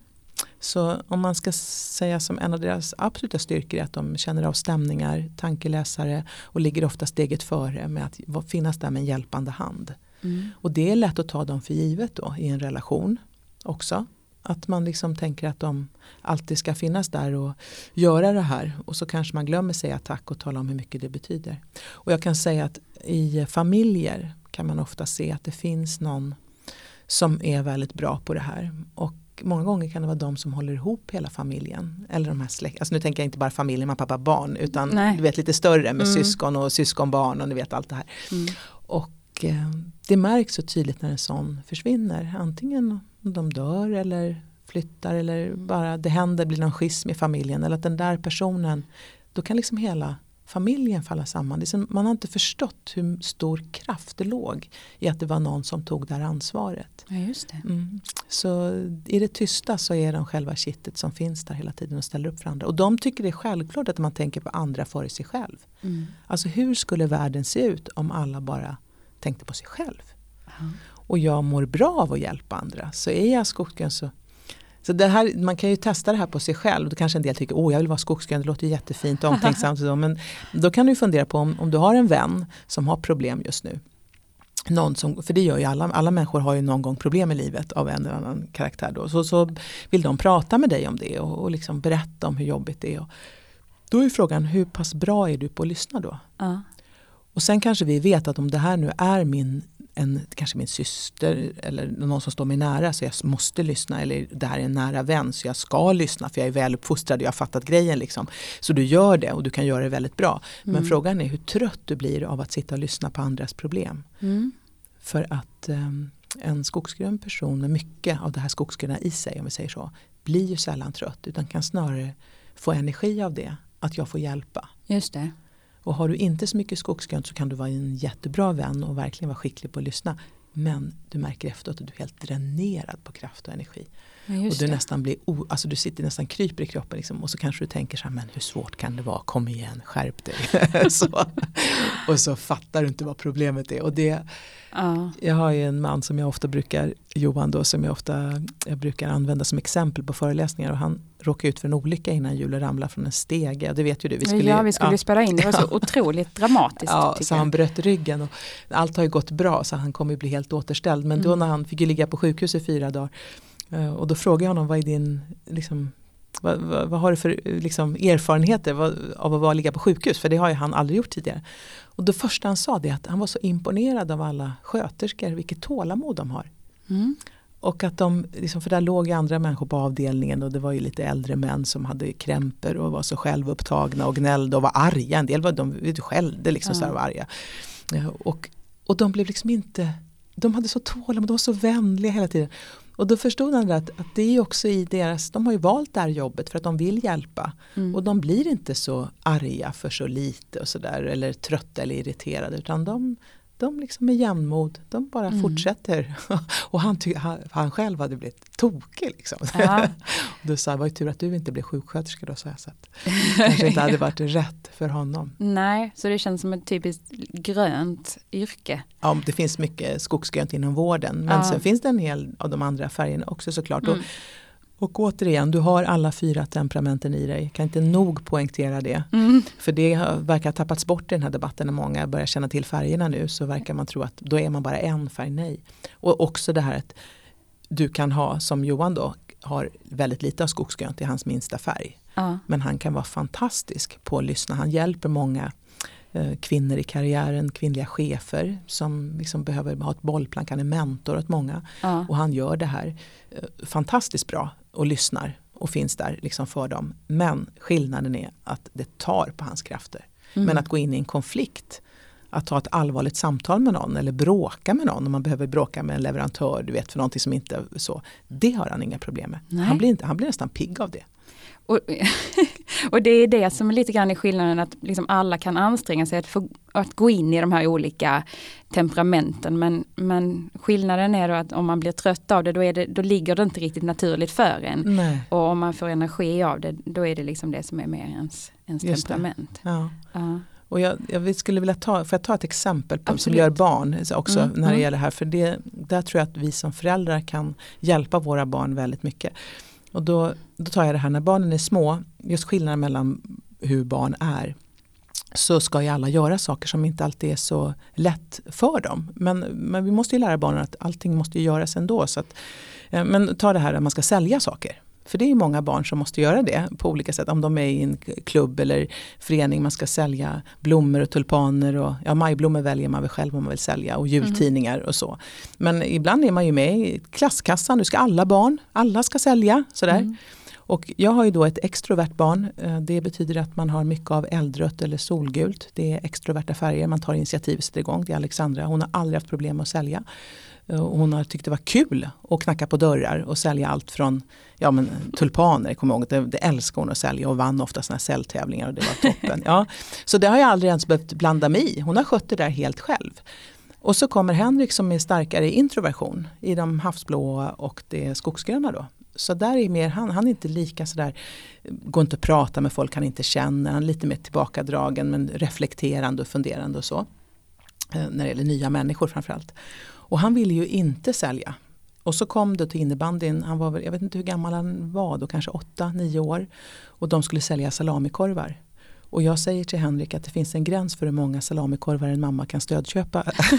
Så om man ska säga som en av deras absoluta styrkor är att de känner av stämningar, tankeläsare och ligger ofta steget före med att finnas där med en hjälpande hand. Mm. Och det är lätt att ta dem för givet då i en relation också. Att man liksom tänker att de alltid ska finnas där och göra det här. Och så kanske man glömmer säga tack och tala om hur mycket det betyder. Och jag kan säga att i familjer kan man ofta se att det finns någon som är väldigt bra på det här. Och många gånger kan det vara de som håller ihop hela familjen. Eller de här släkt. Alltså nu tänker jag inte bara familjen, man pappa, barn. Utan Nej. Du vet lite större med mm. syskon och syskonbarn och ni vet allt det här. Mm. Och eh, det märks så tydligt när en sån försvinner. Antingen om de dör eller flyttar eller bara det händer, blir någon schism i familjen. Eller att den där personen, då kan liksom hela familjen falla samman. Det är som, man har inte förstått hur stor kraft det låg i att det var någon som tog det här ansvaret. Ja, just det. Mm. Så i det tysta så är de själva kittet som finns där hela tiden och ställer upp för andra. Och de tycker det är självklart att man tänker på andra före sig själv. Mm. Alltså hur skulle världen se ut om alla bara tänkte på sig själv? Mm. Och jag mår bra av att hjälpa andra. Så är jag skogsgrön så Så det här, man kan ju testa det här på sig själv. Då kanske en del tycker, åh jag vill vara skogsgrön, det låter jättefint och omtänksamt. Och så. Men då kan du fundera på om, om du har en vän som har problem just nu. Någon som, för det gör ju alla, alla människor har ju någon gång problem i livet av en eller annan karaktär. Då. Så, så vill de prata med dig om det och, och liksom berätta om hur jobbigt det är. Och då är frågan, hur pass bra är du på att lyssna då? Uh. Och sen kanske vi vet att om det här nu är min En, kanske min syster eller någon som står mig nära så jag måste lyssna, eller det här är en nära vän så jag ska lyssna för jag är väl uppfostrad och jag har fattat grejen liksom. Så du gör det och du kan göra det väldigt bra. Mm. Men frågan är hur trött du blir av att sitta och lyssna på andras problem. Mm. För att um, en skogsgrön person med mycket av det här skogsgröna i sig, om vi säger så, blir ju sällan trött utan kan snarare få energi av det, att jag får hjälpa. Just det. Och har du inte så mycket skogsgrönt så kan du vara en jättebra vän och verkligen vara skicklig på att lyssna. Men du märker efteråt att du är helt dränerad på kraft och energi. Ja, och du det. nästan blir, o, alltså du sitter nästan kryper i kroppen liksom, och så kanske du tänker så här, men hur svårt kan det vara? Kom igen, skärp dig. så, och så fattar du inte vad problemet är. Och det, ja. Jag har ju en man som jag ofta brukar, Johan då, som jag ofta jag brukar använda som exempel på föreläsningar, och han råkade ut för en olycka innan jul och ramlade från en stege. Det vet ju du. Vi skulle, ja, vi skulle ja. spela in. Det var så otroligt dramatiskt. Ja, så jag. Han bröt ryggen och allt har ju gått bra så han kommer ju bli helt återställd. Men mm. då när han fick ju ligga på sjukhus i fyra dagar och då frågade jag honom, vad är din liksom, vad, vad, vad har du för liksom, erfarenheter vad, av att vara ligga på sjukhus? För det har ju han aldrig gjort tidigare. Och det första han sa det att han var så imponerad av alla sköterskor, vilket tålamod de har. Mm. Och att de, liksom, för där låg ju andra människor på avdelningen och det var ju lite äldre män som hade krämper och var så självupptagna och gnällde och var arga. En del var de skällde liksom ja. så här var arga. Och, och de blev liksom inte, de hade så tålamod, de var så vänliga hela tiden. Och då förstod han att, att det är också i deras, de har ju valt det här jobbet för att de vill hjälpa. Mm. Och de blir inte så arga för så lite och sådär, eller trötta eller irriterade, utan de, de liksom är jämnmod, de bara mm. fortsätter. Och han, ty- han, han själv hade blivit tokig liksom. Ja. Och då sa jag, var ju tur att du inte blev sjuksköterska då, så jag, så att kanske inte hade varit rätt för honom. Nej, så det känns som ett typiskt grönt yrke. Ja, det finns mycket skogsgrönt inom vården, men ja. sen finns det en hel av de andra färgerna också såklart. Mm. Och, och återigen, du har alla fyra temperamenten i dig. Jag kan inte nog poängtera det. Mm. För det verkar ha tappats bort i den här debatten när många börjar känna till färgerna nu, så verkar man tro att då är man bara en färg, nej. Och också det här att du kan ha, som Johan då, har väldigt lite av skogsgrönt i hans minsta färg. Ja. Men han kan vara fantastisk på att lyssna. Han hjälper många eh, kvinnor i karriären, kvinnliga chefer som liksom behöver ha ett bollplank. Han är mentor åt många. Ja. Och han gör det här eh, fantastiskt bra och lyssnar och finns där liksom för dem. Men skillnaden är att det tar på hans krafter. Mm. Men att gå in i en konflikt, att ta ett allvarligt samtal med någon eller bråka med någon, om man behöver bråka med en leverantör, du vet, för någonting som inte är så, det har han inga problem med. Han blir, inte, han blir nästan pigg av det. Och, och det är det som är lite grann i skillnaden, att liksom alla kan anstränga sig att, få, att gå in i de här olika temperamenten, men, men skillnaden är då att om man blir trött av det, då, är det, då ligger det inte riktigt naturligt för en. Nej. Och om man får energi av det, då är det liksom det som är mer ens, ens temperament. Ja. Ja. Och jag, jag skulle vilja ta, för att ta ett exempel på, som gör barn också mm, när det mm. gäller det här. För det, där tror jag att vi som föräldrar kan hjälpa våra barn väldigt mycket. Och då, då tar jag det här, när barnen är små, just skillnaden mellan hur barn är, så ska ju alla göra saker som inte alltid är så lätt för dem. Men, men vi måste ju lära barnen att allting måste ju göras ändå. Så att, men ta det här att man ska sälja saker. För det är ju många barn som måste göra det på olika sätt. Om de är i en klubb eller förening, man ska sälja blommor och tulpaner. Och, ja, majblommor väljer man väl själv om man vill sälja. Och jultidningar mm. och så. Men ibland är man ju med i klasskassan. Nu ska alla barn, alla ska sälja. Sådär. Mm. Och jag har ju då ett extrovert barn. Det betyder att man har mycket av eldrött eller solgult. Det är extroverta färger. Man tar initiativ och sätter igång. Det är Alexandra. Hon har aldrig haft problem att sälja. Hon har tyckt det var kul att knacka på dörrar och sälja allt från ja, men, tulpaner. Jag kommer ihåg att det, det älskar hon att sälja och vann ofta såna här säljtävlingar och det var toppen. Ja. Så det har jag aldrig ens behövt blanda mig i. Hon har skött det där helt själv. Och så kommer Henrik som är starkare introversion i de havsblåa och det skogsgröna då. Så där är mer han, han är inte lika sådär, går inte att prata med folk han inte känner. Han är lite mer tillbakadragen men reflekterande och funderande och så. När det gäller nya människor framförallt. Och han ville ju inte sälja. Och så kom det till innebandyn, han var väl, jag vet inte hur gammal han var då, kanske åtta, nio år. Och de skulle sälja salamikorvar. Och jag säger till Henrik att det finns en gräns för hur många salamikorvar en mamma kan stödköpa.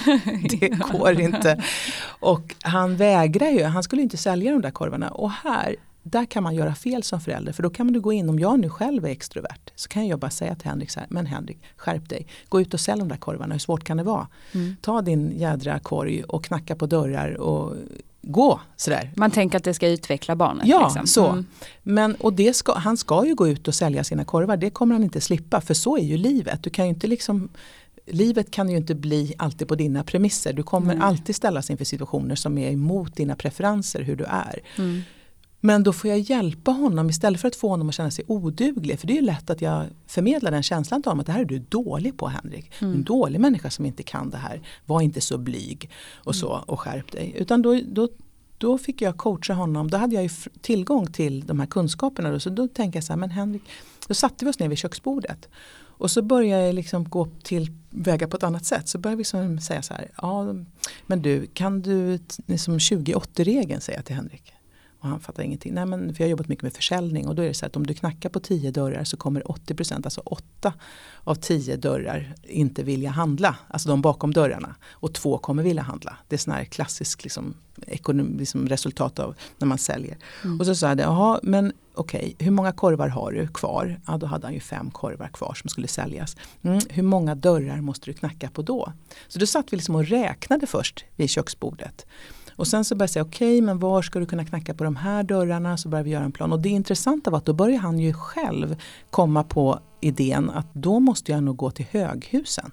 Det går inte. Och han vägrar ju, han skulle inte sälja de där korvarna. Och här, där kan man göra fel som förälder. För då kan man gå in, om jag nu själv är extrovert, så kan jag bara säga till Henrik så här, men Henrik, skärp dig. Gå ut och sälj de där korvarna, hur svårt kan det vara? Mm. Ta din jädra korg och knacka på dörrar och gå sådär. Man tänker att det ska utveckla barnet. Ja, liksom. så. Mm. Men, och det ska, han ska ju gå ut och sälja sina korvar, det kommer han inte slippa, för så är ju livet. Du kan ju inte liksom... Livet kan ju inte bli alltid på dina premisser. Du kommer mm. alltid ställas inför situationer som är emot dina preferenser, hur du är. Mm. Men då får jag hjälpa honom istället för att få honom att känna sig oduglig. För det är ju lätt att jag förmedlar den känslan till honom att det här är du dålig på, Henrik. Mm. En dålig människa som inte kan det här. Var inte så blyg och så och skärp dig. Utan då, då, då fick jag coacha honom. Då hade jag ju tillgång till de här kunskaperna. Då. Så då tänkte jag så här, men Henrik, då satte vi oss ner vid köksbordet. Och så började jag liksom gå till väga på ett annat sätt. Så började vi liksom säga så här, ja men du, kan du liksom tjugo åttio-regeln säga till Henrik? Och han fattar ingenting. Nej, men för jag har jobbat mycket med försäljning och då är det så att om du knackar på tio dörrar så kommer åttio procent, alltså åtta av tio dörrar inte vilja handla. Alltså de bakom dörrarna. Och två kommer vilja handla. Det är sån här klassisk liksom, ekonom, liksom resultat av när man säljer. Mm. Och så sa jag, jaha men okej, okay, hur många korvar har du kvar? Ja, då hade han ju fem korvar kvar som skulle säljas. Mm, hur många dörrar måste du knacka på då? Så då satt vi liksom och räknade först vid köksbordet. Och sen så började jag säga, okej okay, men var ska du kunna knacka på de här dörrarna? Så började vi göra en plan. Och det intressanta var att då började han ju själv komma på idén att då måste jag nog gå till höghusen.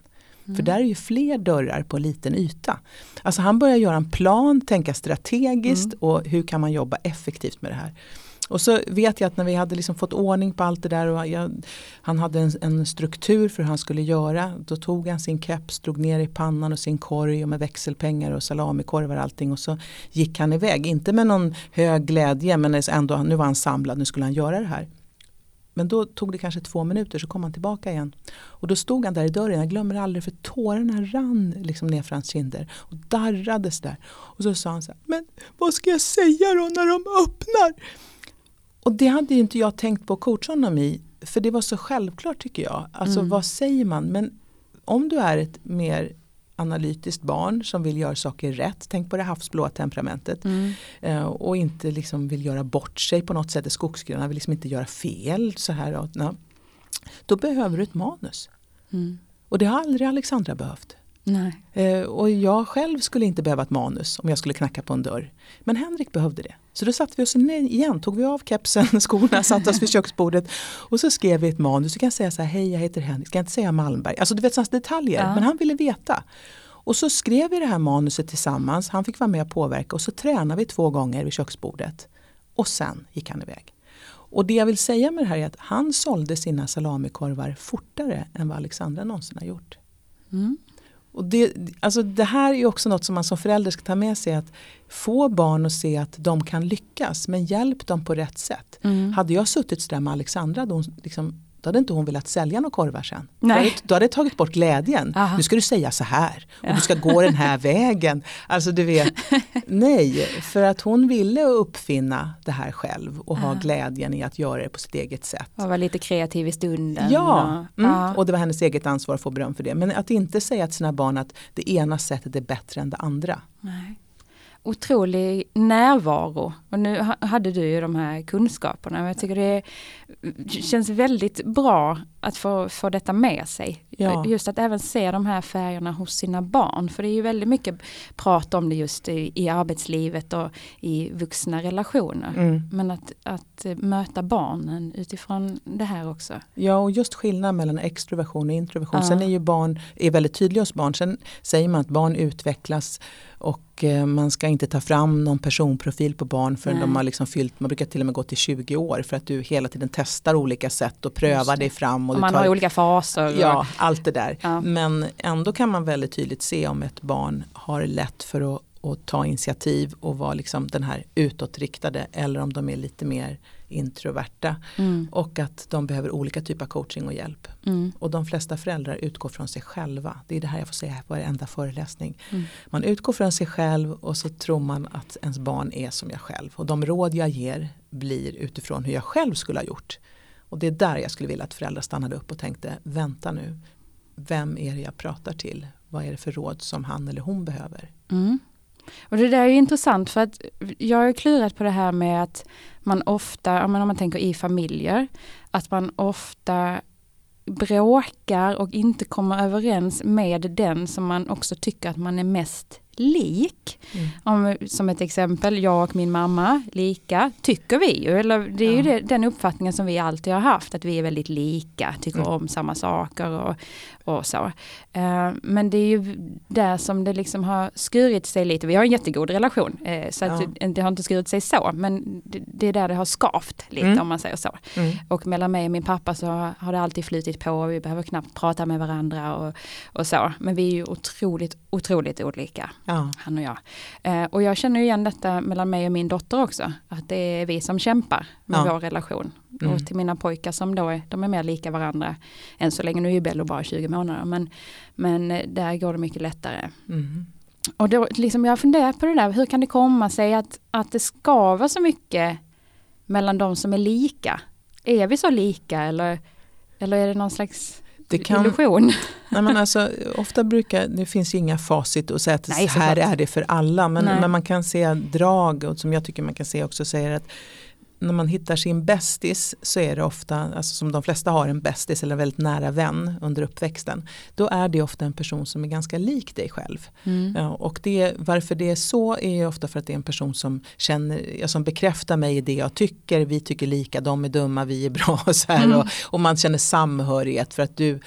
Mm. För där är ju fler dörrar på en liten yta. Alltså han börjar göra en plan, tänka strategiskt mm. och hur kan man jobba effektivt med det här. Och så vet jag att när vi hade liksom fått ordning på allt det där och jag, han hade en, en struktur för hur han skulle göra. Då tog han sin keps, drog ner i pannan och sin korg och med växelpengar och salamikorvar och allting. Och så gick han iväg. Inte med någon hög glädje men ändå, nu var han samlad, nu skulle han göra det här. Men då tog det kanske två minuter så kom han tillbaka igen. Och då stod han där i dörren. Jag glömmer aldrig för tårarna rann liksom ner för hans kinder. Och darrades där. Och så sa han så här, men vad ska jag säga då när de öppnar? Och det hade ju inte jag tänkt på att coacha honom i. För det var så självklart tycker jag. Alltså mm. vad säger man? Men om du är ett mer analytiskt barn som vill göra saker rätt. Tänk på det havsblåa temperamentet. Mm. Eh, och inte liksom vill göra bort sig på något sätt. Skogsgröna vill liksom inte göra fel. Så här, och, na. Då behöver du ett manus. Mm. Och det har aldrig Alexandra behövt. Nej. Eh, och jag själv skulle inte behöva ett manus om jag skulle knacka på en dörr. Men Henrik behövde det. Så då satt vi oss ner igen, tog vi av kepsen, skorna, satt oss vid köksbordet och så skrev vi ett manus. Så kan jag säga så här, hej jag heter Henrik, ska jag inte säga Malmberg? Alltså du vet sådana detaljer, ja. Men han ville veta. Och så skrev vi det här manuset tillsammans, han fick vara med och påverka och så tränade vi två gånger vid köksbordet. Och sen gick han iväg. Och det jag vill säga med det här är att han sålde sina salamikorvar fortare än vad Alexandra någonsin har gjort. Mm. Och det, alltså det här är också något som man som förälder ska ta med sig, att få barn att se att de kan lyckas, men hjälp dem på rätt sätt. Mm. Hade jag suttit där med Alexandra, då, liksom, då hade inte hon velat sälja några korvar sen. Nej. Då, hade, då hade det tagit bort glädjen. Aha. Nu ska du säga så här och ja. Du ska gå den här vägen. Alltså du vet, nej, för att hon ville uppfinna det här själv och ha glädjen i att göra det på sitt eget sätt. Och vara lite kreativ i stunden. Ja, och, mm, ja. och det var hennes eget ansvar att få beröm för det. Men att inte säga till sina barn att det ena sättet är bättre än det andra. Nej. Otrolig närvaro. Och nu hade du ju de här kunskaperna. Jag tycker det känns väldigt bra att få, få detta med sig. Ja. Just att även se de här färgerna hos sina barn. För det är ju väldigt mycket prat om det just i, i arbetslivet och i vuxna relationer. Mm. Men att, att möta barnen utifrån det här också. Ja, och just skillnad mellan extroversion och introversion. Ja. Sen är ju barn är väldigt tydliga hos barn. Sen säger man att barn utvecklas och eh, man ska inte ta fram någon personprofil på barn förrän de har liksom fyllt, man brukar till och med gå till tjugo år för att du hela tiden testar olika sätt och prövar dig fram. Och, och man tar, har olika faser. Ja, allt det där. Ja. Men ändå kan man väldigt tydligt se om ett barn har lätt för att, att ta initiativ och vara liksom den här utåtriktade eller om de är lite mer introverta mm. och att de behöver olika typer av coaching och hjälp. Mm. Och de flesta föräldrar utgår från sig själva. Det är det här jag får säga på varenda föreläsning. Mm. Man utgår från sig själv och så tror man att ens barn är som jag själv. Och de råd jag ger blir utifrån hur jag själv skulle ha gjort. Och det är där jag skulle vilja att föräldrar stannade upp och tänkte, vänta nu, vem är det jag pratar till? Vad är det för råd som han eller hon behöver? Mm. Och det där är ju intressant för att jag har klurat på det här med att man ofta, om man tänker i familjer, att man ofta bråkar och inte kommer överens med den som man också tycker att man är mest lik. Mm. Om, som ett exempel, jag och min mamma lika, tycker vi ju. Eller det är ja. ju det, den uppfattningen som vi alltid har haft, att vi är väldigt lika, tycker mm. om samma saker och, och så. Uh, men det är ju där som det liksom har skurit sig lite. Vi har en jättegod relation, uh, så att ja. det, det har inte skurit sig så, men det, det är där det har skavt lite mm. om man säger så. Mm. Och mellan mig och min pappa så har det alltid flutit på och vi behöver knappt prata med varandra och, och så. Men vi är ju otroligt, otroligt olika. Ja. Han och jag. Eh, och jag känner ju igen detta mellan mig och min dotter också. Att det är vi som kämpar med ja. vår relation. Mm. Och till mina pojkar som då är, de är mer lika varandra. Än så länge, nu är ju Bello bara tjugo månader. Men, men där går det mycket lättare. Mm. Och då liksom jag funderar på det där. Hur kan det komma sig att, att det ska vara så mycket mellan de som är lika? Är vi så lika eller, eller är det någon slags... Det kan, illusion. Nej, men alltså, ofta brukar, det finns ju inga facit och säga att nej, så här är det för alla. Men, men man kan se drag, och som jag tycker man kan se också, säger att när man hittar sin bästis så är det ofta, alltså som de flesta har en bästis eller en väldigt nära vän under uppväxten. Då är det ofta en person som är ganska lik dig själv. Mm. Ja, och det, varför det är så är ju ofta för att det är en person som känner, ja, som bekräftar mig i det jag tycker. Vi tycker lika, de är dumma, vi är bra och så här. Mm. Och, och man känner samhörighet för att du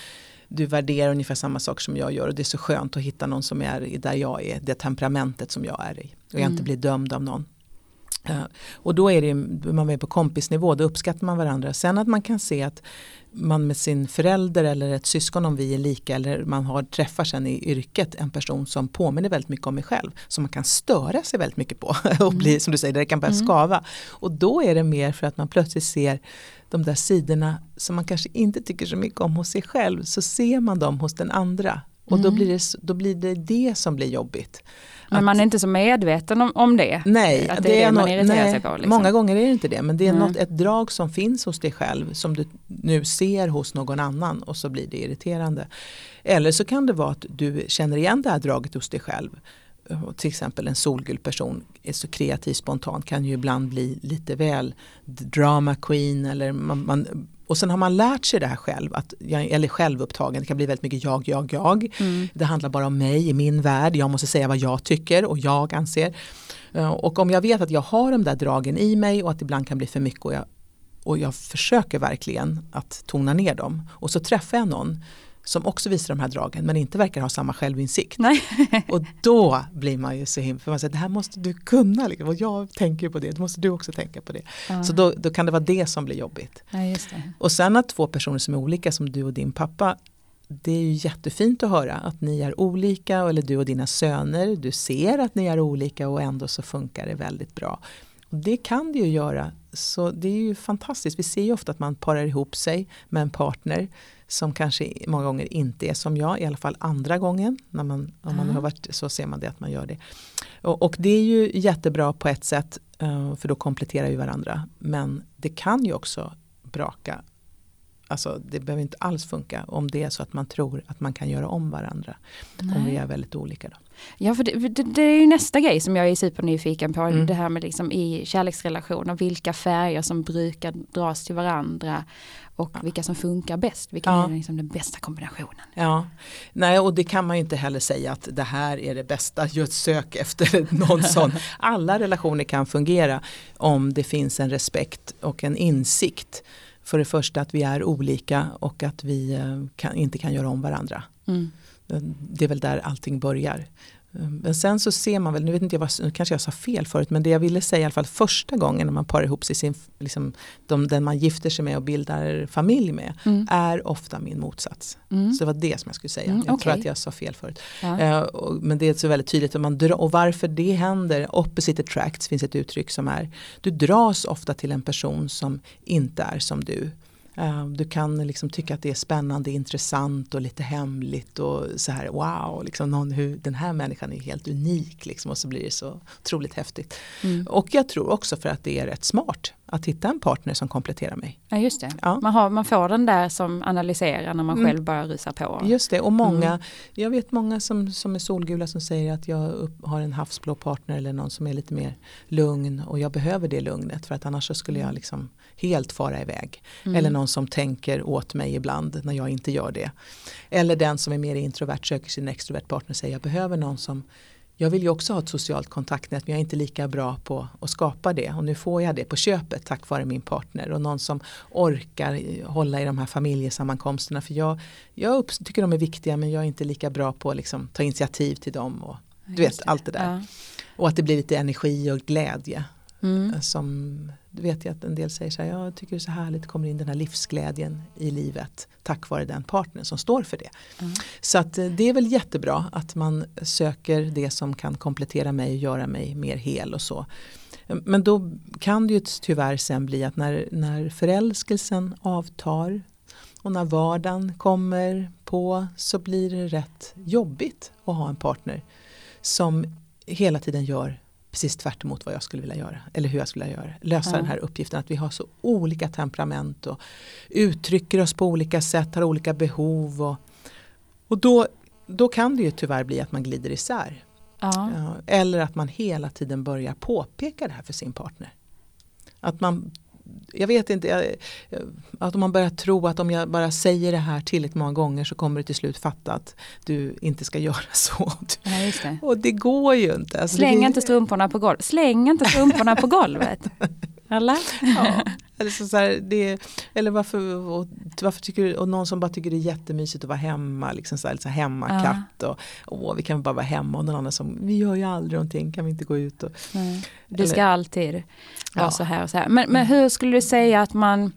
du värderar ungefär samma saker som jag gör och det är så skönt att hitta någon som är där jag är, det temperamentet som jag är i. Och jag Mm. inte blir dömd av någon. Uh, och då är det, man är på kompisnivå, då uppskattar man varandra. Sen att man kan se att man med sin förälder eller ett syskon, om vi är lika, eller man har träffar sen i yrket en person som påminner väldigt mycket om mig själv, som man kan störa sig väldigt mycket på och bli, mm. som du säger, det kan börja mm. skava. Och då är det mer för att man plötsligt ser de där sidorna som man kanske inte tycker så mycket om hos sig själv, så ser man dem hos den andra. Och mm. då, blir det, då blir det det som blir jobbigt. Men att, man är inte så medveten om, om det. Nej, att det, det är det är man no, irriterar nej, sig på. Liksom. Många gånger är det inte det. Men det är mm. något, ett drag som finns hos dig själv som du nu ser hos någon annan och så blir det irriterande. Eller så kan det vara att du känner igen det här draget hos dig själv. Till exempel en solgul person är så kreativ, spontan, kan ju ibland bli lite väl drama queen. Eller man, man, och sen har man lärt sig det här själv, att jag, eller självupptagen, det kan bli väldigt mycket jag, jag, jag. Mm. Det handlar bara om mig i min värld, jag måste säga vad jag tycker och jag anser. Och om jag vet att jag har de där dragen i mig och att det ibland kan bli för mycket och jag, och jag försöker verkligen att tona ner dem. Och så träffar jag någon som också visar de här dragen men inte verkar ha samma självinsikt. Nej. Och då blir man ju så himla, för man säger det här måste du kunna liksom, och jag tänker på det, då måste du också tänka på det. Ja. Så då, då kan det vara det som blir jobbigt. Ja, just det. Och sen att två personer som är olika som du och din pappa, det är ju jättefint att höra att ni är olika, eller du och dina söner, du ser att ni är olika och ändå så funkar det väldigt bra. Och det kan det ju göra, så det är ju fantastiskt. Vi ser ju ofta att man parar ihop sig med en partner som kanske många gånger inte är som jag, i alla fall andra gången. När man, om man har varit, så ser man det att man gör det. Och, och det är ju jättebra på ett sätt, för då kompletterar ju varandra. Men det kan ju också braka. Alltså det behöver inte alls funka om det är så att man tror att man kan göra om varandra. Nej. Om vi är väldigt olika då. Ja, för det, det, det är ju nästa grej som jag är supernyfiken på. Mm. Det här med liksom i kärleksrelationer. Vilka färger som brukar dras till varandra. Och ja. vilka som funkar bäst. Vilken ja. är liksom den bästa kombinationen. Ja, nej, och det kan man ju inte heller säga att det här är det bästa. Just sök efter någon sån. Alla relationer kan fungera om det finns en respekt och en insikt. För det första att vi är olika och att vi kan, inte kan göra om varandra. Mm. Det är väl där allting börjar. Men sen så ser man väl, nu vet inte jag vad, nu kanske jag sa fel förut, men det jag ville säga i alla fall första gången när man parar ihop sig, sin, liksom, de, den man gifter sig med och bildar familj med, mm. är ofta min motsats. Mm. Så det var det som jag skulle säga. Mm, jag okay. tror att jag sa fel förut. Ja. Uh, och, men det är så väldigt tydligt. Att man drar, och varför det händer, opposite attracts finns ett uttryck som är, du dras ofta till en person som inte är som du. Du kan liksom tycka att det är spännande, intressant och lite hemligt och så här, wow, liksom någon, hur, den här människan är helt unik liksom, och så blir det så otroligt häftigt. Mm. Och jag tror också för att det är rätt smart att hitta en partner som kompletterar mig. Ja, just det. Ja. Man, har, man får den där som analyserar när man mm. själv bara rusar på. Just det, och många, mm. jag vet många som, som är solgula som säger att jag upp, har en havsblå partner eller någon som är lite mer lugn och jag behöver det lugnet för att annars så skulle jag liksom helt fara iväg. Mm. Eller någon som tänker åt mig ibland när jag inte gör det. Eller den som är mer introvert söker sin extrovert partner och säger jag behöver någon som, jag vill ju också ha ett socialt kontaktnät men jag är inte lika bra på att skapa det. Och nu får jag det på köpet tack vare min partner. Och någon som orkar hålla i de här familjesammankomsterna. För jag, jag tycker de är viktiga men jag är inte lika bra på att liksom, ta initiativ till dem. Och, du vet, allt det där. Ja. Och att det blir lite energi och glädje. Mm. Som, du vet jag att en del säger så här, jag tycker det är så härligt, kommer in den här livsglädjen i livet tack vare den partnern som står för det. Mm. Så att det är väl jättebra att man söker det som kan komplettera mig och göra mig mer hel och så. Men då kan det ju tyvärr sen bli att när, när förälskelsen avtar och när vardagen kommer på så blir det rätt jobbigt att ha en partner som hela tiden gör precis tvärt emot vad jag skulle vilja göra. Eller hur jag skulle vilja göra. Lösa ja. den här uppgiften. Att vi har så olika temperament. Och uttrycker oss på olika sätt. Har olika behov. Och, och då, då kan det ju tyvärr bli att man glider isär. Ja. Eller att man hela tiden börjar påpeka det här för sin partner. Att man... Jag vet inte, jag, att om man börjar tro att om jag bara säger det här tillräckligt många gånger så kommer du till slut fatta att du inte ska göra så. Ja, just det. Och det går ju inte. Alltså, Släng det... inte strumporna på golvet. Släng inte strumporna på golvet. Eller? Ja, Eller, så, så här, det, eller varför, och, varför tycker du, och någon som bara tycker det är jättemysigt att vara hemma, liksom så här, så här hemmakatt och åh, vi kan bara vara hemma, och någon annan som, vi gör ju aldrig någonting, kan vi inte gå ut och... Nej. Du ska eller, alltid vara ja. så här och så här. Men, men Mm. hur skulle du säga att man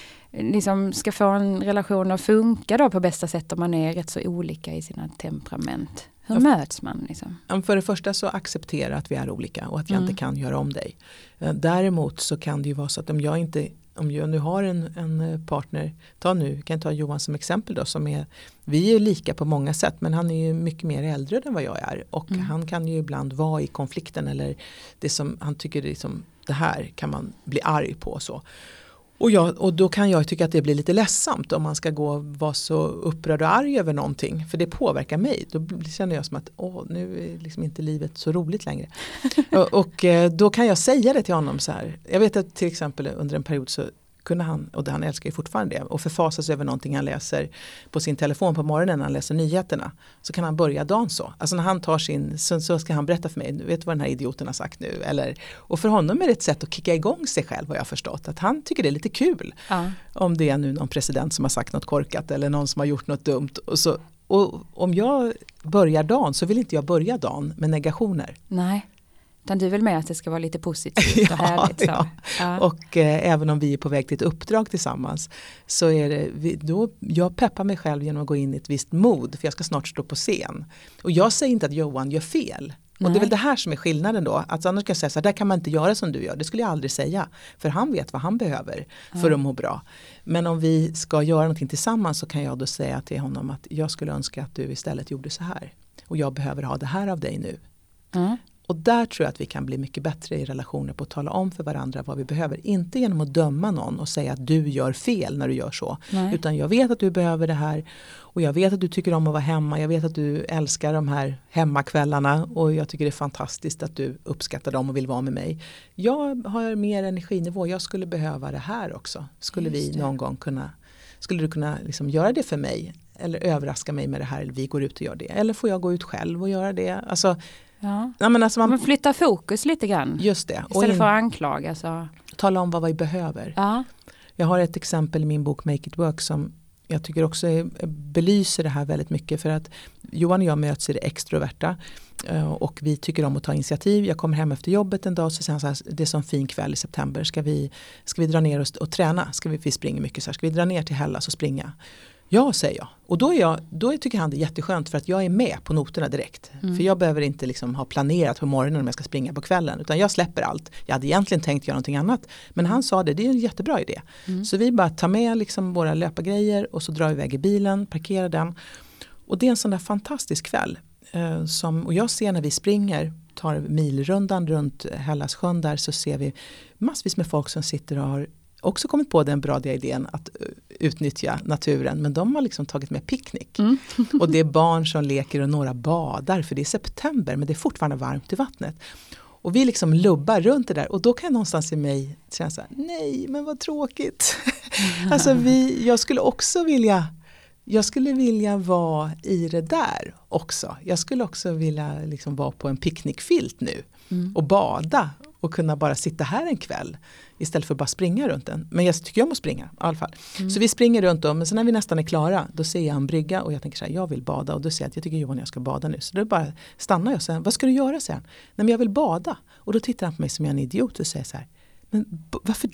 liksom ska få en relation att funka då på bästa sätt om man är rätt så olika i sina temperament? Hur ja. möts man liksom? För det första så acceptera att vi är olika och att jag Mm. inte kan göra om dig. Däremot så kan det ju vara så att om jag inte, om jag nu har en, en partner, ta nu, kan jag ta Johan som exempel då, som är, vi är lika på många sätt, men han är ju mycket mer äldre än vad jag är, och mm. han kan ju ibland vara i konflikten, eller det som han tycker det, är som, det här kan man bli arg på och så. Och, jag, och då kan jag tycka att det blir lite ledsamt om man ska gå och vara så upprörd och arg över någonting. För det påverkar mig. Då känner jag som att åh, nu är liksom inte livet så roligt längre. och, och då kan jag säga det till honom så här. Jag vet att till exempel under en period så kunde han, och han älskar ju fortfarande det, och förfasas över någonting han läser på sin telefon på morgonen när han läser nyheterna, så kan han börja dagen så. Alltså när han tar sin, så, så ska han berätta för mig, vet du vad den här idioten har sagt nu? Eller, och för honom är det ett sätt att kicka igång sig själv, har jag förstått. Att han tycker det är lite kul. Ja. Om det är nu någon president som har sagt något korkat eller någon som har gjort något dumt. Och, så, och om jag börjar dagen så vill inte jag börja dagen med negationer. Nej. Utan du vill med att det ska vara lite positivt och härligt. Så. Ja. Ja. Och eh, även om vi är på väg till ett uppdrag tillsammans, så är det, vi, då, jag peppar mig själv genom att gå in i ett visst mod, för jag ska snart stå på scen. Och jag säger inte att Johan gör fel. Nej. Och det är väl det här som är skillnaden då. Att annars kan jag säga så här, där kan man inte göra som du gör. Det skulle jag aldrig säga. För han vet vad han behöver ja. för att må bra. Men om vi ska göra någonting tillsammans, så kan jag då säga till honom att jag skulle önska att du istället gjorde så här. Och jag behöver ha det här av dig nu. Mm. Och där tror jag att vi kan bli mycket bättre i relationer på att tala om för varandra vad vi behöver. Inte genom att döma någon och säga att du gör fel när du gör så. Nej. Utan jag vet att du behöver det här. Och jag vet att du tycker om att vara hemma. Jag vet att du älskar de här hemmakvällarna. Och jag tycker det är fantastiskt att du uppskattar dem och vill vara med mig. Jag har mer energinivå. Jag skulle behöva det här också. Skulle vi någon gång kunna, skulle du kunna liksom göra det för mig? Eller överraska mig med det här. Eller vi går ut och gör det. Eller får jag gå ut själv och göra det? Alltså... Ja. Ja, men alltså man, man flyttar fokus lite grann. Just det. Istället in, för att anklaga. Så. Tala om vad vi behöver. Ja. Jag har ett exempel i min bok Make It Work som jag tycker också är, belyser det här väldigt mycket. För att Johan och jag möts i det extroverta. Och vi tycker om att ta initiativ. Jag kommer hem efter jobbet en dag, så säger han så här, det är så en fin kväll i september. Ska vi, ska vi dra ner och, och träna? Ska vi, vi springer mycket så här. Ska vi dra ner till Hellas och springa? Ja, säger jag. Och då, är jag, då tycker han det är jätteskönt, för att jag är med på noterna direkt. Mm. För jag behöver inte liksom ha planerat på morgonen om jag ska springa på kvällen. Utan jag släpper allt. Jag hade egentligen tänkt göra någonting annat. Men han sa det, det är en jättebra idé. Mm. Så vi bara tar med liksom våra löpargrejer och så drar vi iväg i bilen, parkerar den. Och det är en sån där fantastisk kväll. Eh, som, och jag ser när vi springer, tar milrundan runt Hellasjön där, så ser vi massvis med folk som sitter och har också kommit på den bra idén att utnyttja naturen. Men de har liksom tagit med picknick. Mm. Och det är barn som leker och några badar. För det är september, men det är fortfarande varmt i vattnet. Och vi liksom lubbar runt det där. Och då kan jag någonstans i mig känna så här, nej men vad tråkigt. Mm. Alltså vi, jag skulle också vilja... Jag skulle vilja vara i det där också. Jag skulle också vilja liksom vara på en picknickfilt nu. Mm. Och bada. Och kunna bara sitta här en kväll. Istället för att bara springa runt den. Men jag tycker om att springa i alla fall. Mm. Så vi springer runt om. Men sen när vi nästan är klara. Då ser jag en brygga. Och jag tänker så här, jag vill bada. Och då säger jag att jag tycker Johan jag ska bada nu. Så då bara stannar jag och säger, vad ska du göra sen? Nej men jag vill bada. Och då tittar han på mig som jag är en idiot och säger så här. Men b- varför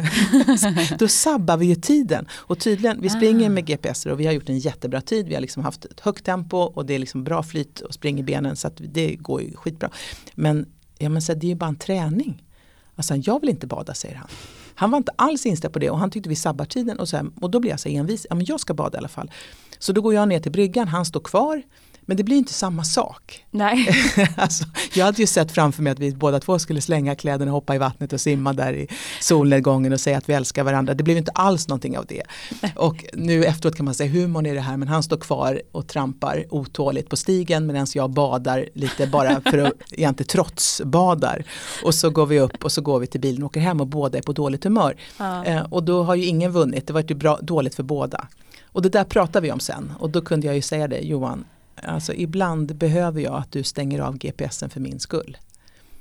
det? Då sabbar vi ju tiden. Och tydligen, vi springer med G P S och vi har gjort en jättebra tid. Vi har liksom haft ett högt tempo och det är liksom bra flyt och springer benen, så att det går ju skitbra. Men, ja, men så, det är ju bara en träning. Alltså, jag vill inte bada, säger han. Han var inte alls inställd på det och han tyckte vi sabbar tiden. Och, så här, och då blir jag så envis. Ja, men jag ska bada i alla fall. Så då går jag ner till bryggan, han står kvar. Men det blir inte samma sak. Nej. Alltså, jag hade ju sett framför mig att vi båda två skulle slänga kläderna, hoppa i vattnet och simma där i solnedgången och säga att vi älskar varandra. Det blev inte alls någonting av det. Och nu efteråt kan man säga, humorn är det här, men han står kvar och trampar otåligt på stigen medan jag badar lite bara för att egentligen trotsbadar. Och så går vi upp och så går vi till bilen och åker hem och båda är på dåligt humör. Ja. Eh, och då har ju ingen vunnit, det var ju bra, dåligt för båda. Och det där pratar vi om sen. Och då kunde jag ju säga det, Johan, alltså ibland behöver jag att du stänger av G P S'en för min skull.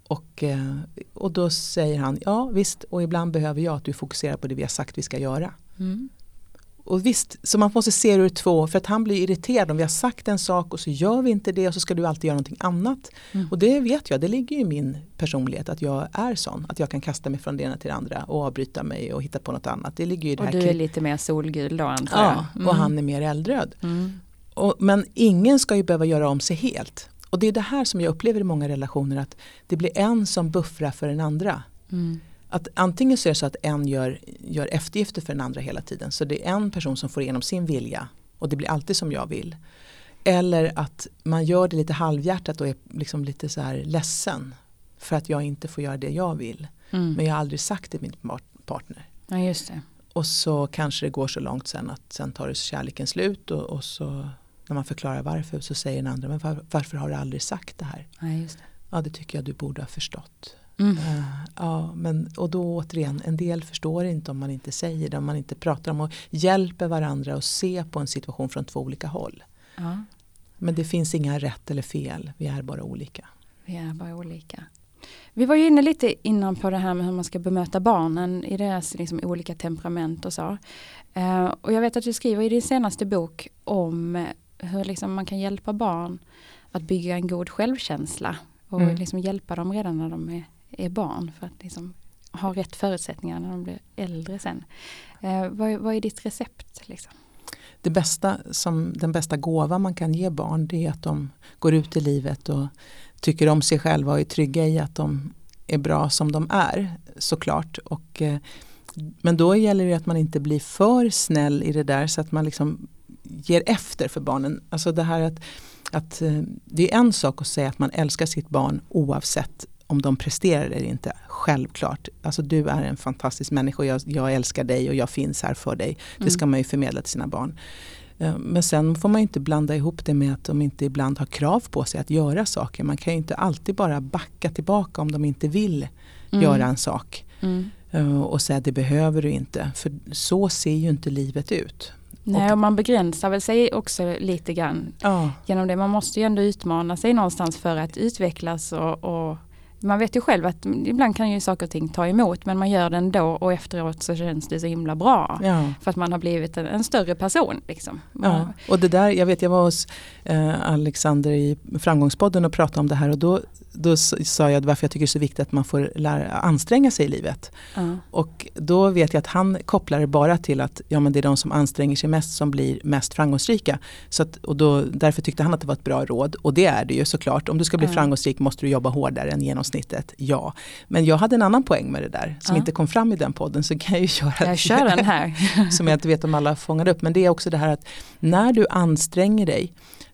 Och, och då säger han, ja visst, och ibland behöver jag att du fokuserar på det vi har sagt vi ska göra. Mm. Och visst, så man måste se det ur två, för att han blir irriterad om vi har sagt en sak och så gör vi inte det och så ska du alltid göra någonting annat. Mm. Och det vet jag, det ligger i min personlighet att jag är sån, att jag kan kasta mig från det ena till det andra och avbryta mig och hitta på något annat. Det ligger ju i det och här du är krig. lite mer solgul då antar jag. Ja, mm. och han är mer eldröd. Mm. Och, men ingen ska ju behöva göra om sig helt. Och det är det här som jag upplever i många relationer, att det blir en som buffrar för den andra. Mm. Att antingen så är det så att en gör, gör eftergifter för den andra hela tiden. Så det är en person som får igenom sin vilja. Och det blir alltid som jag vill. Eller att man gör det lite halvhjärtat och är liksom lite så här ledsen. För att jag inte får göra det jag vill. Mm. Men jag har aldrig sagt det till min partner. Ja, just det. Och så kanske det går så långt sen att sen tar det kärleken slut. Och, och så när man förklarar varför så säger den andra, men var, varför har du aldrig sagt det här? Ja, just det. Ja, det tycker jag du borde ha förstått. Mm. Uh, ja, men, och då återigen, en del förstår inte om man inte säger det, om man inte pratar om och hjälper varandra och se på en situation från två olika håll. Ja. Men det finns inga rätt eller fel, vi är bara olika. Vi är bara olika. Vi var ju inne lite innan på det här med hur man ska bemöta barnen i deras liksom, olika temperament och så. Uh, och jag vet att du skriver i din senaste bok om hur liksom, man kan hjälpa barn att bygga en god självkänsla och mm. liksom, hjälpa dem redan när de är är barn för att liksom ha rätt förutsättningar när de blir äldre sen. Eh, vad, vad är ditt recept? Liksom? Det bästa som, den bästa gåva man kan ge barn, det är att de går ut i livet och tycker om sig själva och är trygga i att de är bra som de är, såklart. Och, eh, men då gäller det att man inte blir för snäll i det där så att man liksom ger efter för barnen. Alltså det här att, att eh, det är en sak att säga att man älskar sitt barn oavsett om de presterar eller inte, självklart. Alltså du är en fantastisk människa och jag, jag älskar dig och jag finns här för dig. Det ska man ju förmedla till sina barn. Men sen får man ju inte blanda ihop det med att de inte ibland har krav på sig att göra saker. Man kan ju inte alltid bara backa tillbaka om de inte vill mm. göra en sak. Mm. Och säga att det behöver du inte. För så ser ju inte livet ut. Nej, och man begränsar väl sig också lite grann ja. genom det. Man måste ju ändå utmana sig någonstans för att utvecklas och, och man vet ju själv att ibland kan ju saker och ting ta emot, men man gör det ändå och efteråt så känns det så himla bra. Ja. För att man har blivit en, en större person. Liksom. Ja. Och det där, jag vet jag var hos eh, Alexander i Framgångspodden och pratade om det här och då, då sa jag varför jag tycker det är så viktigt att man får lära, anstränga sig i livet. Ja. Och då vet jag att han kopplar det bara till att ja, men det är de som anstränger sig mest som blir mest framgångsrika. Så att, och då, därför tyckte han att det var ett bra råd. Och det är det ju såklart. Om du ska bli ja. framgångsrik måste du jobba hårdare än genomsnittet. Ja. Men jag hade en annan poäng med det där som ja. inte kom fram i den podden, så kan jag ju köra jag kör den här. som jag inte vet om alla fångar upp. Men det är också det här att när du anstränger dig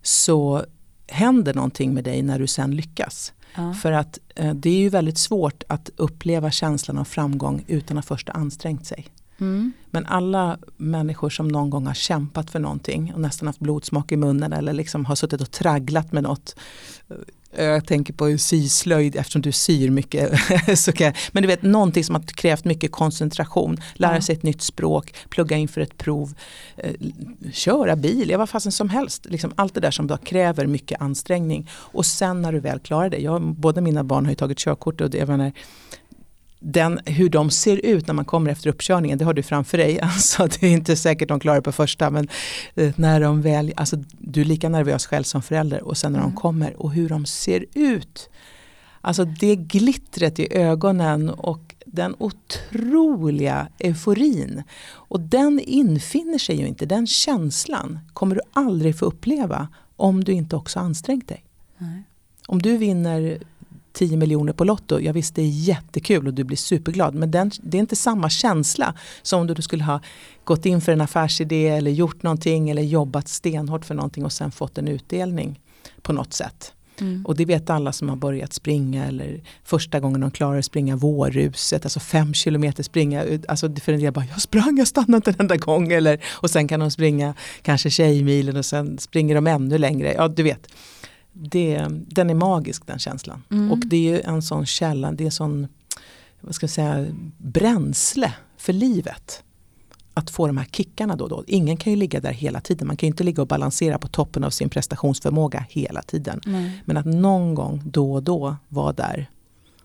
så händer någonting med dig när du sen lyckas. Ja. För att eh, det är ju väldigt svårt att uppleva känslan av framgång utan att först ha ansträngt sig. Mm. Men alla människor som någon gång har kämpat för någonting och nästan haft blodsmak i munnen eller liksom har suttit och tragglat med något. Jag tänker på syslöjd eftersom du syr mycket. så kan jag, men du vet, någonting som har krävt mycket koncentration. Lära ja. sig ett nytt språk, plugga inför ett prov, eh, köra bil, vad fasen som helst. Liksom allt det där som då kräver mycket ansträngning. Och sen när du väl klarar det. Jag, båda mina barn har ju tagit körkort och det, jag menar, den, hur de ser ut när man kommer efter uppkörningen, det har du framför dig. Alltså, det är inte säkert de klarar på första, men eh, när de väl, alltså, du är lika nervös själv som förälder och sen när mm. de kommer och hur de ser ut. Alltså det glittret i ögonen och den otroliga euforin. Och den infinner sig ju inte, den känslan kommer du aldrig få uppleva om du inte också ansträngt dig. Mm. Om du vinner tio miljoner på Lotto, jag visste det är jättekul och du blir superglad, men den, det är inte samma känsla som om du skulle ha gått in för en affärsidé eller gjort någonting eller jobbat stenhårt för någonting och sen fått en utdelning på något sätt. Mm. Och det vet alla som har börjat springa eller första gången de klarar att springa vårruset, alltså fem kilometer springa, alltså för en del bara, jag sprang, jag stannade en enda gång, eller, och sen kan de springa kanske tjejmilen och sen springer de ännu längre, ja du vet. Det, den är magisk, den känslan. Mm. Och det är ju en sån källa, det är sån, vad ska jag säga, bränsle för livet. Att få de här kickarna då och då. Ingen kan ju ligga där hela tiden. Man kan ju inte ligga och balansera på toppen av sin prestationsförmåga hela tiden. Mm. Men att någon gång då och då vara där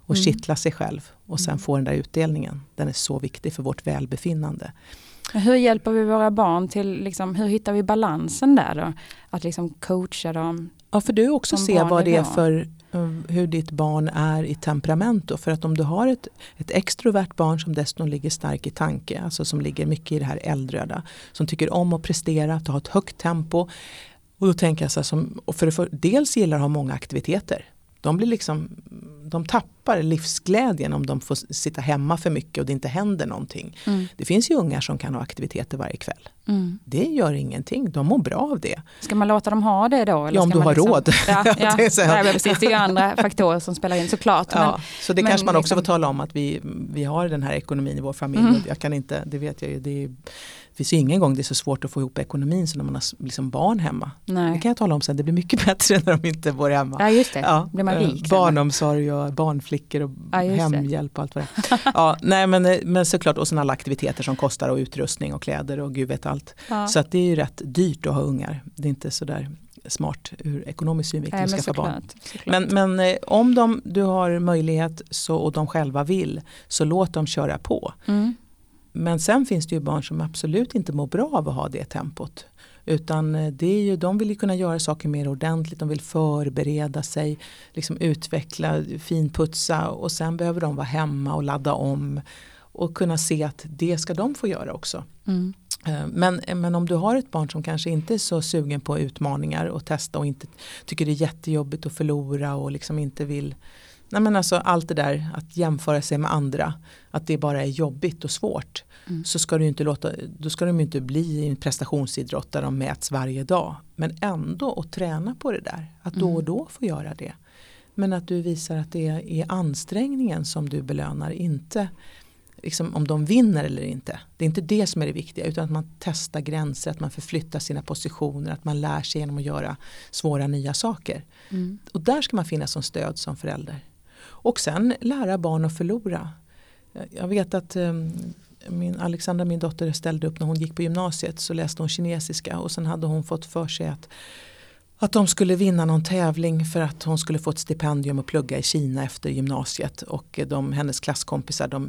och Mm. kittla sig själv och sen få den där utdelningen. Den är så viktig för vårt välbefinnande. Hur hjälper vi våra barn till, liksom, hur hittar vi balansen där då? Att liksom coacha dem. Ja, för du också Som se vad det är barn. för um, hur ditt barn är i temperament då. För att om du har ett, ett extrovert barn som dessutom ligger stark i tanke, alltså som ligger mycket i det här eldröda, som tycker om att prestera, att ha ett högt tempo. Och då tänker jag så här, som, och för, för dels gillar att ha många aktiviteter. De blir liksom, de tappar livsglädjen om de får sitta hemma för mycket och det inte händer någonting. Mm. Det finns ju ungar som kan ha aktiviteter varje kväll. Mm. Det gör ingenting, de mår bra av det. Ska man låta dem ha det då? Eller Ja, om ska du man har liksom, råd. Ja, ja, Det är så här. ja, precis. Det är ju andra faktorer som spelar in såklart. Ja, Men, så det men kanske man också liksom- får tala om att vi, vi har den här ekonomin i vår familj. Mm. Och jag kan inte, det vet jag ju, det, är, det finns ju ingen gång det är så svårt att få ihop ekonomin som när man har liksom barn hemma. nej. Det kan jag tala om sen, det blir mycket bättre när de inte bor hemma. Ja, just det. Ja, Blir man eh, rik sen? barnomsorg och barnflickor och Ja, just det. hemhjälp och allt vad det är. Ja, nej, men, men såklart, och sen alla aktiviteter som kostar och utrustning och kläder och gud vet allt. Ja. Så att det är ju rätt dyrt att ha ungar. Det är inte så där smart ur ekonomisk synvinkel Nej, att men skaffa barn. såklart, såklart. Men, men eh, om de, du har möjlighet så, och de själva vill, så låt dem köra på. Mm. Men sen finns det ju barn som absolut inte mår bra av att ha det tempot. Utan det är ju, de vill ju kunna göra saker mer ordentligt, de vill förbereda sig, liksom utveckla, finputsa och sen behöver de vara hemma och ladda om och kunna se att det ska de få göra också. Mm. Men, men om du har ett barn som kanske inte är så sugen på utmaningar och testa och inte tycker det är jättejobbigt att förlora och liksom inte vill, nej men alltså allt det där att jämföra sig med andra, att det bara är jobbigt och svårt, mm. så ska du inte låta, då ska de inte bli en prestationsidrott där de mäts varje dag, men ändå att träna på det där, att då och då få göra det, men att du visar att det är ansträngningen som du belönar, inte liksom om de vinner eller inte. Det är inte det som är det viktiga, utan att man testar gränser, att man förflyttar sina positioner, att man lär sig genom att göra svåra nya saker. Mm. Och där ska man finnas som stöd som förälder. Och sen lära barn att förlora. Jag vet att um, min Alexandra, min dotter, ställde upp när hon gick på gymnasiet, så läste hon kinesiska och sen hade hon fått för sig att Att de skulle vinna någon tävling för att hon skulle få ett stipendium och plugga i Kina efter gymnasiet. Och de, hennes klasskompisar, de,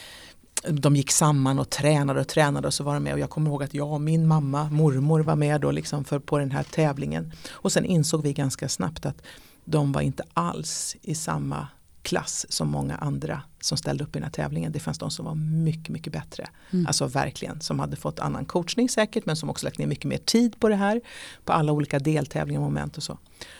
de gick samman och tränade och tränade och så var de med. Och jag kommer ihåg att jag och min mamma, mormor var med då liksom för, på den här tävlingen. Och sen insåg vi ganska snabbt att de var inte alls i samma klass som många andra som ställde upp i den här tävlingen. Det fanns de som var mycket, mycket bättre. Mm. Alltså verkligen, som hade fått annan coachning säkert, men som också lagt ner mycket mer tid på det här. På alla olika deltävlingar och moment och så.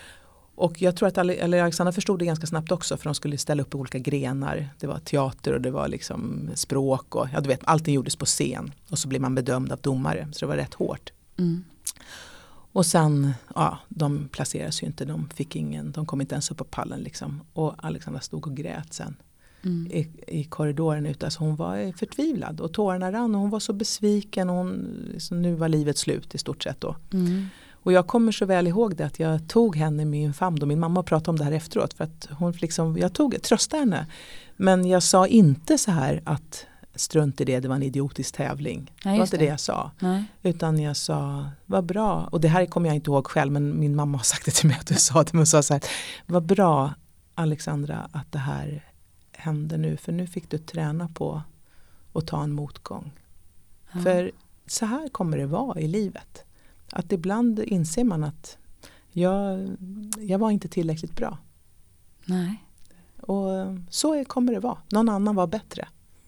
Och jag tror att Alexandra förstod det ganska snabbt också, för de skulle ställa upp i olika grenar. Det var teater och det var liksom språk och ja, du vet, allting gjordes på scen. Och så blev man bedömd av domare, så det var rätt hårt. Mm. Och sen, ja, de placerades ju inte, de fick ingen, de kom inte ens upp på pallen liksom. Och Alexandra stod och grät sen mm. i, i korridoren ute. Alltså hon var förtvivlad och tårarna rann och hon var så besviken och hon, liksom, nu var livet slut i stort sett då. Mm. Och jag kommer så väl ihåg det att jag tog henne i min famn och min mamma pratade om det här efteråt, för att hon liksom, jag tog, tröstade henne. Men jag sa inte så här att strunt i det, det var en idiotisk tävling. Ja, det var inte det, det jag sa. Nej. Utan jag sa, vad bra. Och det här kommer jag inte ihåg själv, men min mamma har sagt det till mig att du sa det. Men sa så här, vad bra Alexandra att det här hände nu. För nu fick du träna på att ta en motgång. Ja. För så här kommer det vara i livet. Att ibland inser man att jag, jag var inte tillräckligt bra. Nej. Och så kommer det vara. Någon annan var bättre.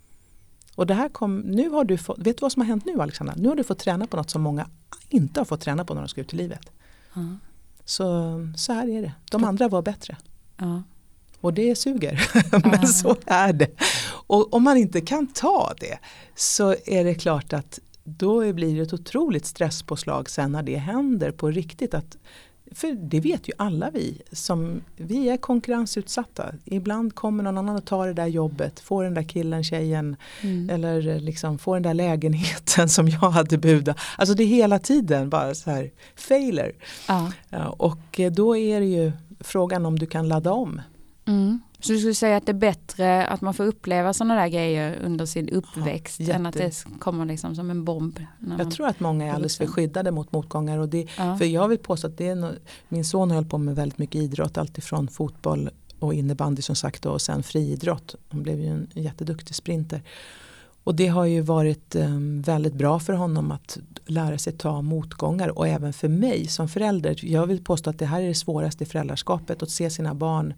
Och det här kom, nu har du fått, vet du vad som har hänt nu Alexandra? Nu har du fått träna på något som många inte har fått träna på när de ska ut i livet. Mm. Så, så här är det. De andra var bättre. Mm. Och det suger. Men mm. så är det. Och om man inte kan ta det, så är det klart att då blir det ett otroligt stresspåslag sen när det händer på riktigt. Att, för det vet ju alla vi, som vi är konkurrensutsatta. Ibland kommer någon annan att ta det där jobbet, få den där killen, tjejen mm. eller liksom få den där lägenheten som jag hade budat. Alltså det är hela tiden bara så här failure. Ja. Ja, och då är det ju frågan om du kan ladda om. Mm. Så du skulle säga att det är bättre att man får uppleva sådana där grejer under sin uppväxt, ja, än att det kommer liksom som en bomb? Jag man... tror att många är alldeles för skyddade mot motgångar. Och det, ja. För jag vill påstå att det är no... min son höll på med väldigt mycket idrott, alltifrån fotboll och innebandy som sagt då, och sen friidrott. Han blev ju en jätteduktig sprinter. Och det har ju varit eh, väldigt bra för honom att lära sig ta motgångar, och även för mig som förälder. Jag vill påstå att det här är det svåraste i föräldraskapet, att se sina barn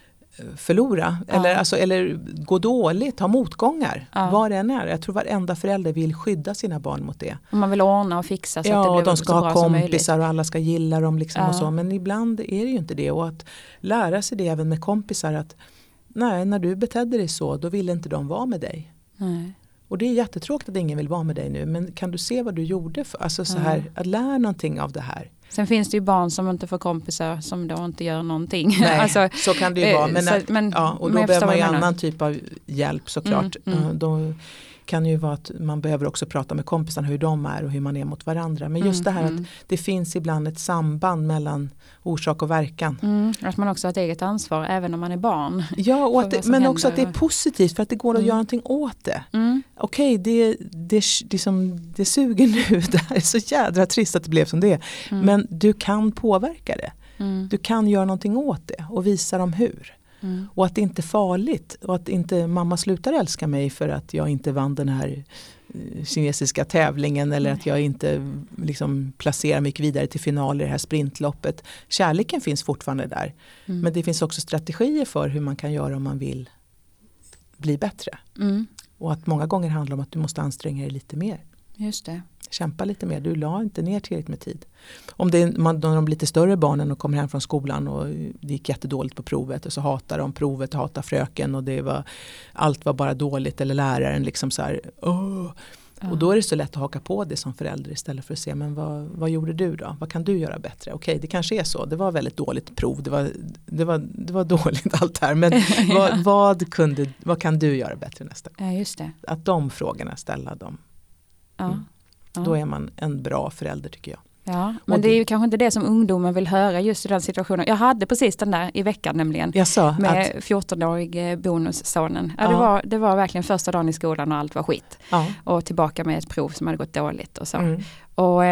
förlora ja. eller, alltså, eller gå dåligt, ha motgångar, ja. Vad det än är. Jag tror varenda förälder vill skydda sina barn mot det. Och man vill ordna och fixa så ja, att det blir och de ska så ha bra kompisar och alla ska gilla dem liksom ja. och så. Men ibland är det ju inte det, och att lära sig det även med kompisar, att nej, när du betedde dig så, då ville inte de vara med dig. Nej. Och det är jättetråkigt att ingen vill vara med dig nu, men kan du se vad du gjorde? För, alltså så här, ja. Att lära någonting av det här. Sen finns det ju barn som inte får kompisar som då inte gör någonting. Nej, alltså, så kan det ju vara. Men, så, men, ja, och då behöver man ju annan typ av hjälp såklart. Mm, mm. Då kan ju vara att man behöver också prata med kompisarna hur de är och hur man är mot varandra. Men just mm, det här mm. att det finns ibland ett samband mellan orsak och verkan. Mm, att man också har ett eget ansvar även om man är barn. Ja, och att det, men händer. Också att det är positivt för att det går att mm. göra någonting åt det. Mm. Okej, det, det, det, som, det suger nu. Det här är så jädra trist att det blev som det är. Mm. Men du kan påverka det. Mm. Du kan göra någonting åt det och visa dem hur. Mm. Och att det inte är farligt, och att inte mamma slutar älska mig för att jag inte vann den här kinesiska tävlingen, eller att jag inte liksom placerar mig vidare till final i det här sprintloppet. Kärleken finns fortfarande där. Mm. Men det finns också strategier för hur man kan göra om man vill bli bättre. Mm. Och att många gånger handlar om att du måste anstränga dig lite mer. Just det. Kämpa lite mer. Du la inte ner tillräckligt med tid. Om det är man, de lite större barnen och kommer hem från skolan och det gick jättedåligt på provet, och så hatar de provet, hatar fröken, och det var, allt var bara dåligt, eller läraren liksom så här, åh. Ja. Och då är det så lätt att haka på det som förälder istället för att se, men vad, vad gjorde du då? Vad kan du göra bättre? Okej, det kanske är så. Det var väldigt dåligt prov. Det var, det var, det var dåligt allt här. Men vad, vad, kunde, vad kan du göra bättre nästa gång? Ja, just det. Att de frågorna ställa dem. Ja. Mm. Ja. Då är man en bra förälder tycker jag. Ja, men det är ju kanske inte det som ungdomen vill höra just i den situationen. Jag hade precis den där i veckan nämligen. Jag sa med att... fjortonårig bonussonen. Ja, ja. det, var, det var verkligen första dagen i skolan och allt var skit. Ja. Och tillbaka med ett prov som hade gått dåligt och så. Mm. Och,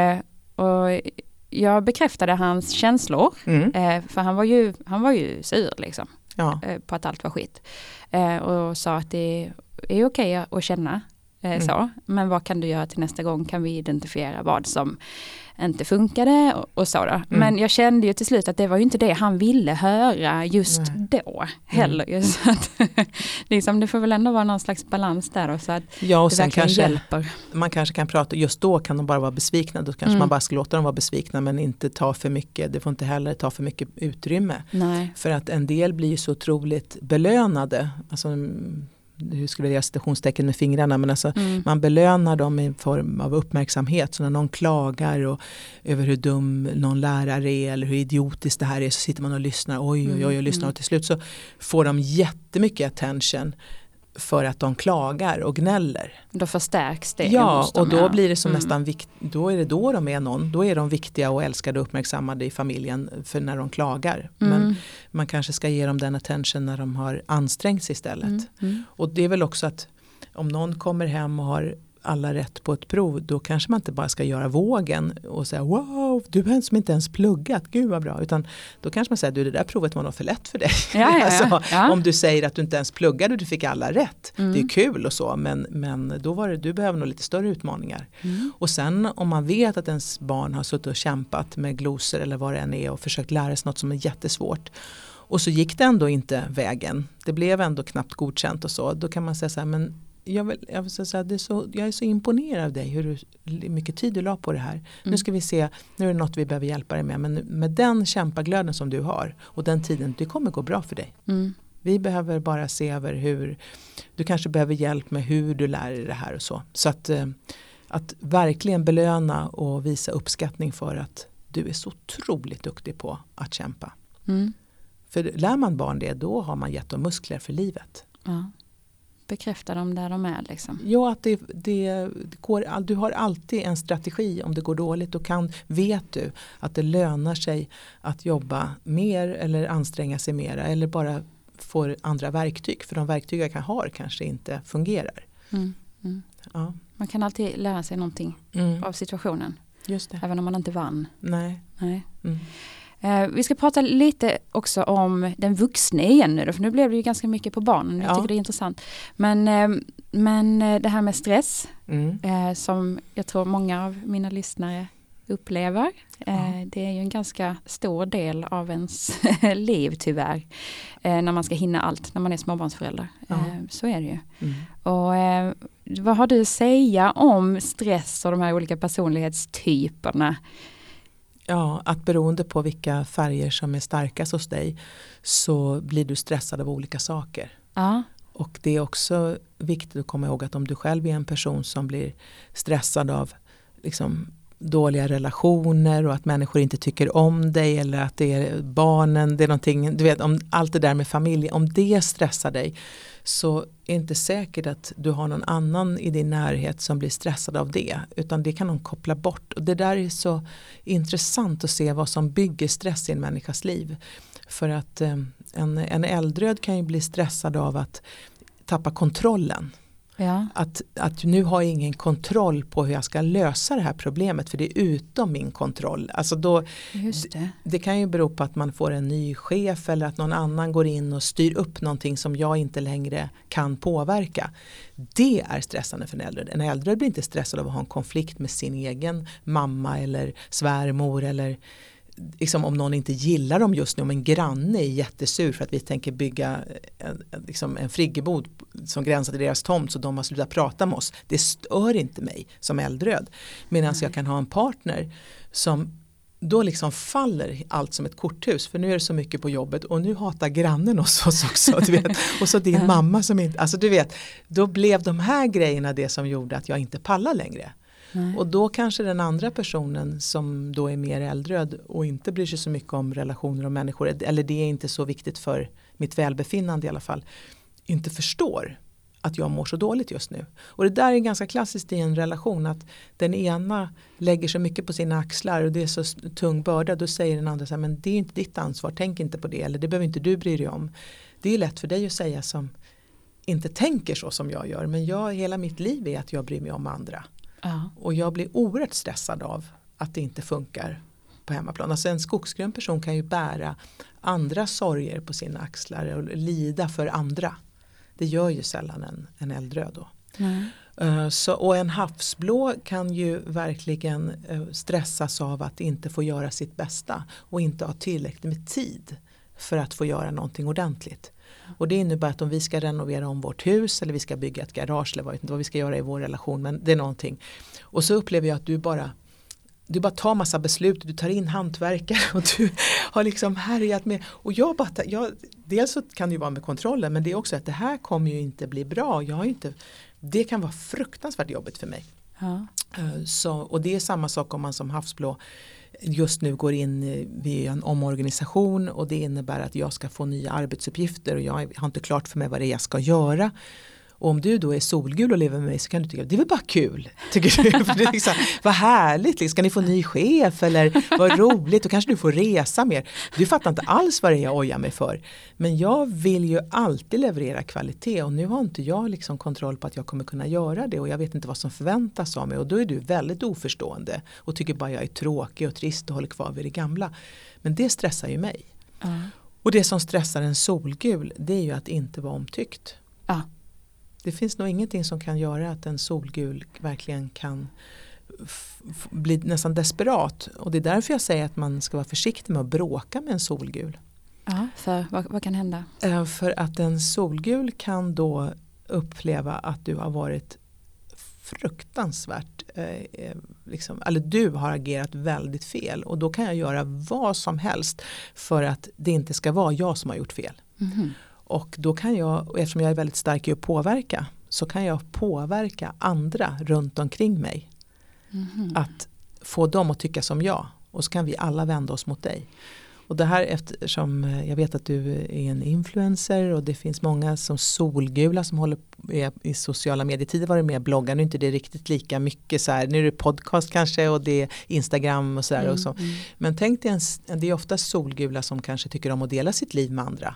och jag bekräftade hans känslor. Mm. För han var ju, han var ju sur liksom. Ja. På att allt var skit. Och sa att det är okej att känna. Mm. Så. Men vad kan du göra till nästa gång? Kan vi identifiera vad som inte funkade och, och så då. Mm. Men jag kände ju till slut att det var ju inte det han ville höra just Nej. Då heller. Mm. Så att, liksom, det får väl ändå vara någon slags balans där. Och så att ja, och det sen verkligen kanske, hjälper. Man kanske kan prata, just då kan de bara vara besvikna. Då kanske mm. man bara ska låta dem vara besvikna, men inte ta för mycket. Det får inte heller ta för mycket utrymme. Nej. För att en del blir ju så otroligt belönade. Alltså hur skulle jag göra citationstecken med fingrarna, men alltså mm. man belönar dem i form av uppmärksamhet. Så när någon klagar och över hur dum någon lärare är eller hur idiotiskt det här är, så sitter man och lyssnar, oj oj oj och lyssnar, och till slut så får de jättemycket attention för att de klagar och gnäller. Då förstärks det. Ja, och då ja. blir det som mm. nästan vikt, då är det då de är någon, då är de viktiga och älskade och uppmärksammade i familjen för när de klagar. Mm. Men man kanske ska ge dem den attention när de har ansträngt sig istället. Mm. Mm. Och det är väl också att om någon kommer hem och har alla rätt på ett prov, då kanske man inte bara ska göra vågen och säga wow, du har som inte ens pluggat, gud vad bra, utan då kanske man säger, du det där provet var nog för lätt för dig. Ja, ja, ja. Alltså, ja. Om du säger att du inte ens pluggade och du fick alla rätt, mm. det är kul och så, men, men då var det, du behöver nog lite större utmaningar. Mm. Och sen om man vet att ens barn har suttit och kämpat med glosor eller vad det än är och försökt lära sig något som är jättesvårt, och så gick det ändå inte vägen, det blev ändå knappt godkänt och så, då kan man säga så här, men Jag, vill, jag, vill säga, det är så, jag är så imponerad av dig, hur du, mycket tid du la på det här. Mm. Nu ska vi se, nu är det något vi behöver hjälpa dig med. Men med den kämpaglöden som du har och den tiden, det kommer gå bra för dig. Mm. Vi behöver bara se över hur, du kanske behöver hjälp med hur du lär dig det här och så. Så att, att verkligen belöna och visa uppskattning för att du är så otroligt duktig på att kämpa. Mm. För lär man barn det, då har man gett dem muskler för livet. Ja. Bekräfta dem där de är liksom. Ja, att det, det, det går, du har alltid en strategi om det går dåligt, och kan, vet du att det lönar sig att jobba mer eller anstränga sig mera eller bara få andra verktyg, för de verktyg jag kan ha kanske inte fungerar. Mm, mm. Ja. Man kan alltid lära sig någonting mm. av situationen. Just det. Även om man inte vann. Nej. Nej. Mm. Eh, vi ska prata lite också om den vuxna igen nu då, för nu blev det ju ganska mycket på barnen. Jag Ja. tycker det är intressant. Men, eh, men det här med stress Mm. eh, som jag tror många av mina lyssnare upplever. Eh, det är ju en ganska stor del av ens liv tyvärr. Eh, när man ska hinna allt, när man är småbarnsförälder. Ja. Eh, så är det ju. Mm. Och eh, vad har du att säga om stress och de här olika personlighetstyperna? Ja, att beroende på vilka färger som är starkast hos dig så blir du stressad av olika saker. Ja. Och det är också viktigt att komma ihåg att om du själv är en person som blir stressad av liksom, dåliga relationer och att människor inte tycker om dig eller att det är barnen, det är någonting, du vet, om allt det där med familj, om det stressar dig så är det inte säkert att du har någon annan i din närhet som blir stressad av det, utan det kan de koppla bort. Och det där är så intressant att se vad som bygger stress i en människas liv. För att eh, en, en eldröd kan ju bli stressad av att tappa kontrollen. Ja. Att, att nu har jag ingen kontroll på hur jag ska lösa det här problemet för det är utom min kontroll. Alltså då, Just det. det kan ju bero på att man får en ny chef eller att någon annan går in och styr upp någonting som jag inte längre kan påverka. Det är stressande för en äldre. En äldre blir inte stressad av att ha en konflikt med sin egen mamma eller svärmor eller liksom om någon inte gillar dem just nu, om en granne är jättesur för att vi tänker bygga en, liksom en friggebod som gränsar till deras tomt så de har slutat prata med oss. Det stör inte mig som eldröd. Medan jag kan ha en partner som då liksom faller allt som ett korthus för nu är det så mycket på jobbet och nu hatar grannen oss också, du vet. Och så din mamma som inte, alltså du vet, då blev de här grejerna det som gjorde att jag inte pallar längre. Nej. Och då kanske den andra personen som då är mer eldröd och inte bryr sig så mycket om relationer och människor, eller det är inte så viktigt för mitt välbefinnande i alla fall, inte förstår att jag mår så dåligt just nu. Och det där är ganska klassiskt i en relation att den ena lägger så mycket på sina axlar och det är så tung börda, då säger den andra så här, men det är inte ditt ansvar, tänk inte på det, eller det behöver inte du bry dig om. Det är lätt för dig att säga som inte tänker så som jag gör, men jag, hela mitt liv är att jag bryr mig om andra. Ja. Och jag blir oerhört stressad av att det inte funkar på hemmaplan. Alltså en skogsgrön person kan ju bära andra sorger på sina axlar och lida för andra. Det gör ju sällan en, en eldröd då. Mm. Uh, så, och en havsblå kan ju verkligen uh, stressas av att inte få göra sitt bästa och inte ha tillräckligt med tid för att få göra någonting ordentligt. Och det innebär att om vi ska renovera om vårt hus eller vi ska bygga ett garage eller vad, vet inte vad vi ska göra i vår relation, men det är någonting. Och så upplever jag att du bara, du bara tar massa beslut, du tar in hantverkare och du har liksom härjat med. Och jag bara, jag, dels så kan det ju vara med kontrollen, men det är också att det här kommer ju inte bli bra. Jag har inte, det kan vara fruktansvärt jobbigt för mig. Ja. Så, och det är samma sak om man som havsblå just nu går in vid en omorganisation och det innebär att jag ska få nya arbetsuppgifter och jag har inte klart för mig vad det är jag ska göra. Och om du då är solgul och lever med mig så kan du tycka att det är väl bara kul, tycker du? För det är liksom, vad härligt, ska ni få ny chef eller vad roligt och kanske du får resa mer. Du fattar inte alls vad det är jag ojar mig för. Men jag vill ju alltid leverera kvalitet och nu har inte jag liksom kontroll på att jag kommer kunna göra det och jag vet inte vad som förväntas av mig och då är du väldigt oförstående och tycker bara jag är tråkig och trist och håller kvar vid det gamla. Men det stressar ju mig. Mm. Och det som stressar en solgul, det är ju att inte vara omtyckt. Ja. Det finns nog ingenting som kan göra att en solgul verkligen kan f- f- bli nästan desperat. Och det är därför jag säger att man ska vara försiktig med att bråka med en solgul. Ja, för vad, vad kan hända? Eh, för att en solgul kan då uppleva att du har varit fruktansvärt, eh, liksom, eller du har agerat väldigt fel. Och då kan jag göra vad som helst för att det inte ska vara jag som har gjort fel. Mm-hmm. Och då kan jag, eftersom jag är väldigt stark i att påverka, så kan jag påverka andra runt omkring mig. Mm-hmm. Att få dem att tycka som jag. Och så kan vi alla vända oss mot dig. Och det här eftersom jag vet att du är en influencer och det finns många som solgula som håller är i sociala medier. Tidigare var det mer bloggar, nu är inte det riktigt lika mycket så här. Nu är det podcast kanske och det är Instagram och sådär. Mm, och så. Mm. Men tänk dig, en, det är ofta solgula som kanske tycker om att dela sitt liv med andra.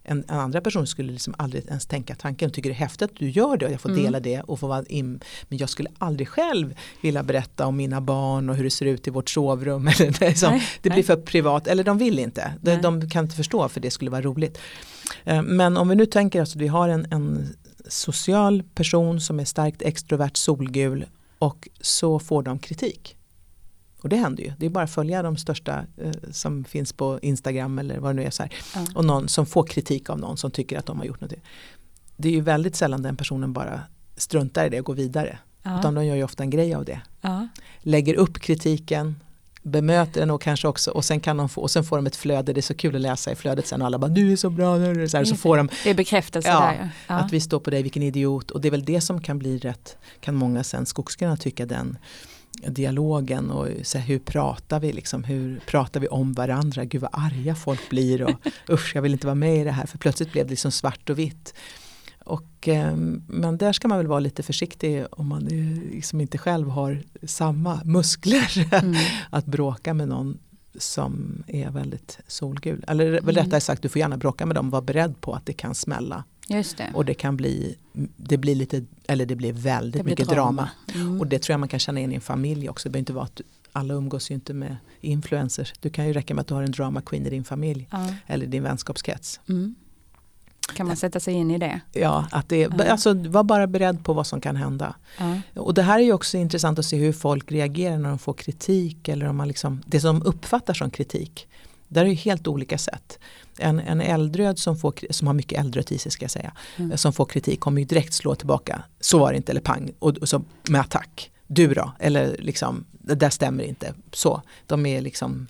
En, en andra person skulle liksom aldrig ens tänka tanken och tycker det är häftigt att du gör det och jag får mm. dela det och få vara in. Men jag skulle aldrig själv vilja berätta om mina barn och hur det ser ut i vårt sovrum. Eller det, liksom, nej, det blir nej. för privat, eller de vill inte. De, de kan inte förstå för det skulle vara roligt. Men om vi nu tänker att vi har en, en social person som är starkt extrovert solgul och så får de kritik. Och det händer ju. Det är bara att följa de största eh, som finns på Instagram eller vad det nu är så här. Ja. Och någon som får kritik av någon som tycker att de har gjort något. Det är ju väldigt sällan den personen bara struntar i det och går vidare. Ja. Utan de gör ju ofta en grej av det. Ja. Lägger upp kritiken, bemöter den och kanske också och sen kan de få och sen får de ett flöde. Det är så kul att läsa i flödet sen och alla bara du är så bra där så, här, så får de det är bekräftelse ja, där. Ja. Att vi står på dig, vilken idiot, och det är väl det som kan bli rätt, kan många sen skogsgröna tycka, den dialogen och så här, hur pratar vi liksom, hur pratar vi om varandra, gud vad arga folk blir och usch jag vill inte vara med i det här för plötsligt blev det liksom svart och vitt. Och, eh, men där ska man väl vara lite försiktig om man liksom inte själv har samma muskler mm. att bråka med någon som är väldigt solgul. Eller mm. väl rättare sagt, du får gärna bråka med dem, var beredd på att det kan smälla. Just det. Och det kan bli, det blir lite, eller det blir väldigt det blir mycket drama. drama. Mm. Och det tror jag man kan känna igen i en familj också. Det behöver inte vara att alla umgås ju inte med influencers. Du kan ju räcka med att du har en drama queen i din familj. Ja. Eller din vänskapskrets. Mm. Kan man sätta sig in i det? Ja, att det, ja. Alltså, var bara beredd på vad som kan hända. Ja. Och det här är ju också intressant att se hur folk reagerar när de får kritik. Eller om man liksom, det som uppfattar som kritik. Där är ju helt olika sätt. En, en äldröd som, får, som har mycket äldröd i sig ska jag säga. Mm. Som får kritik kommer ju direkt slå tillbaka. Så var det inte, eller pang. Och, och så med attack. Du då? Eller liksom, det där stämmer inte. Så, de är liksom...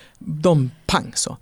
De pang så.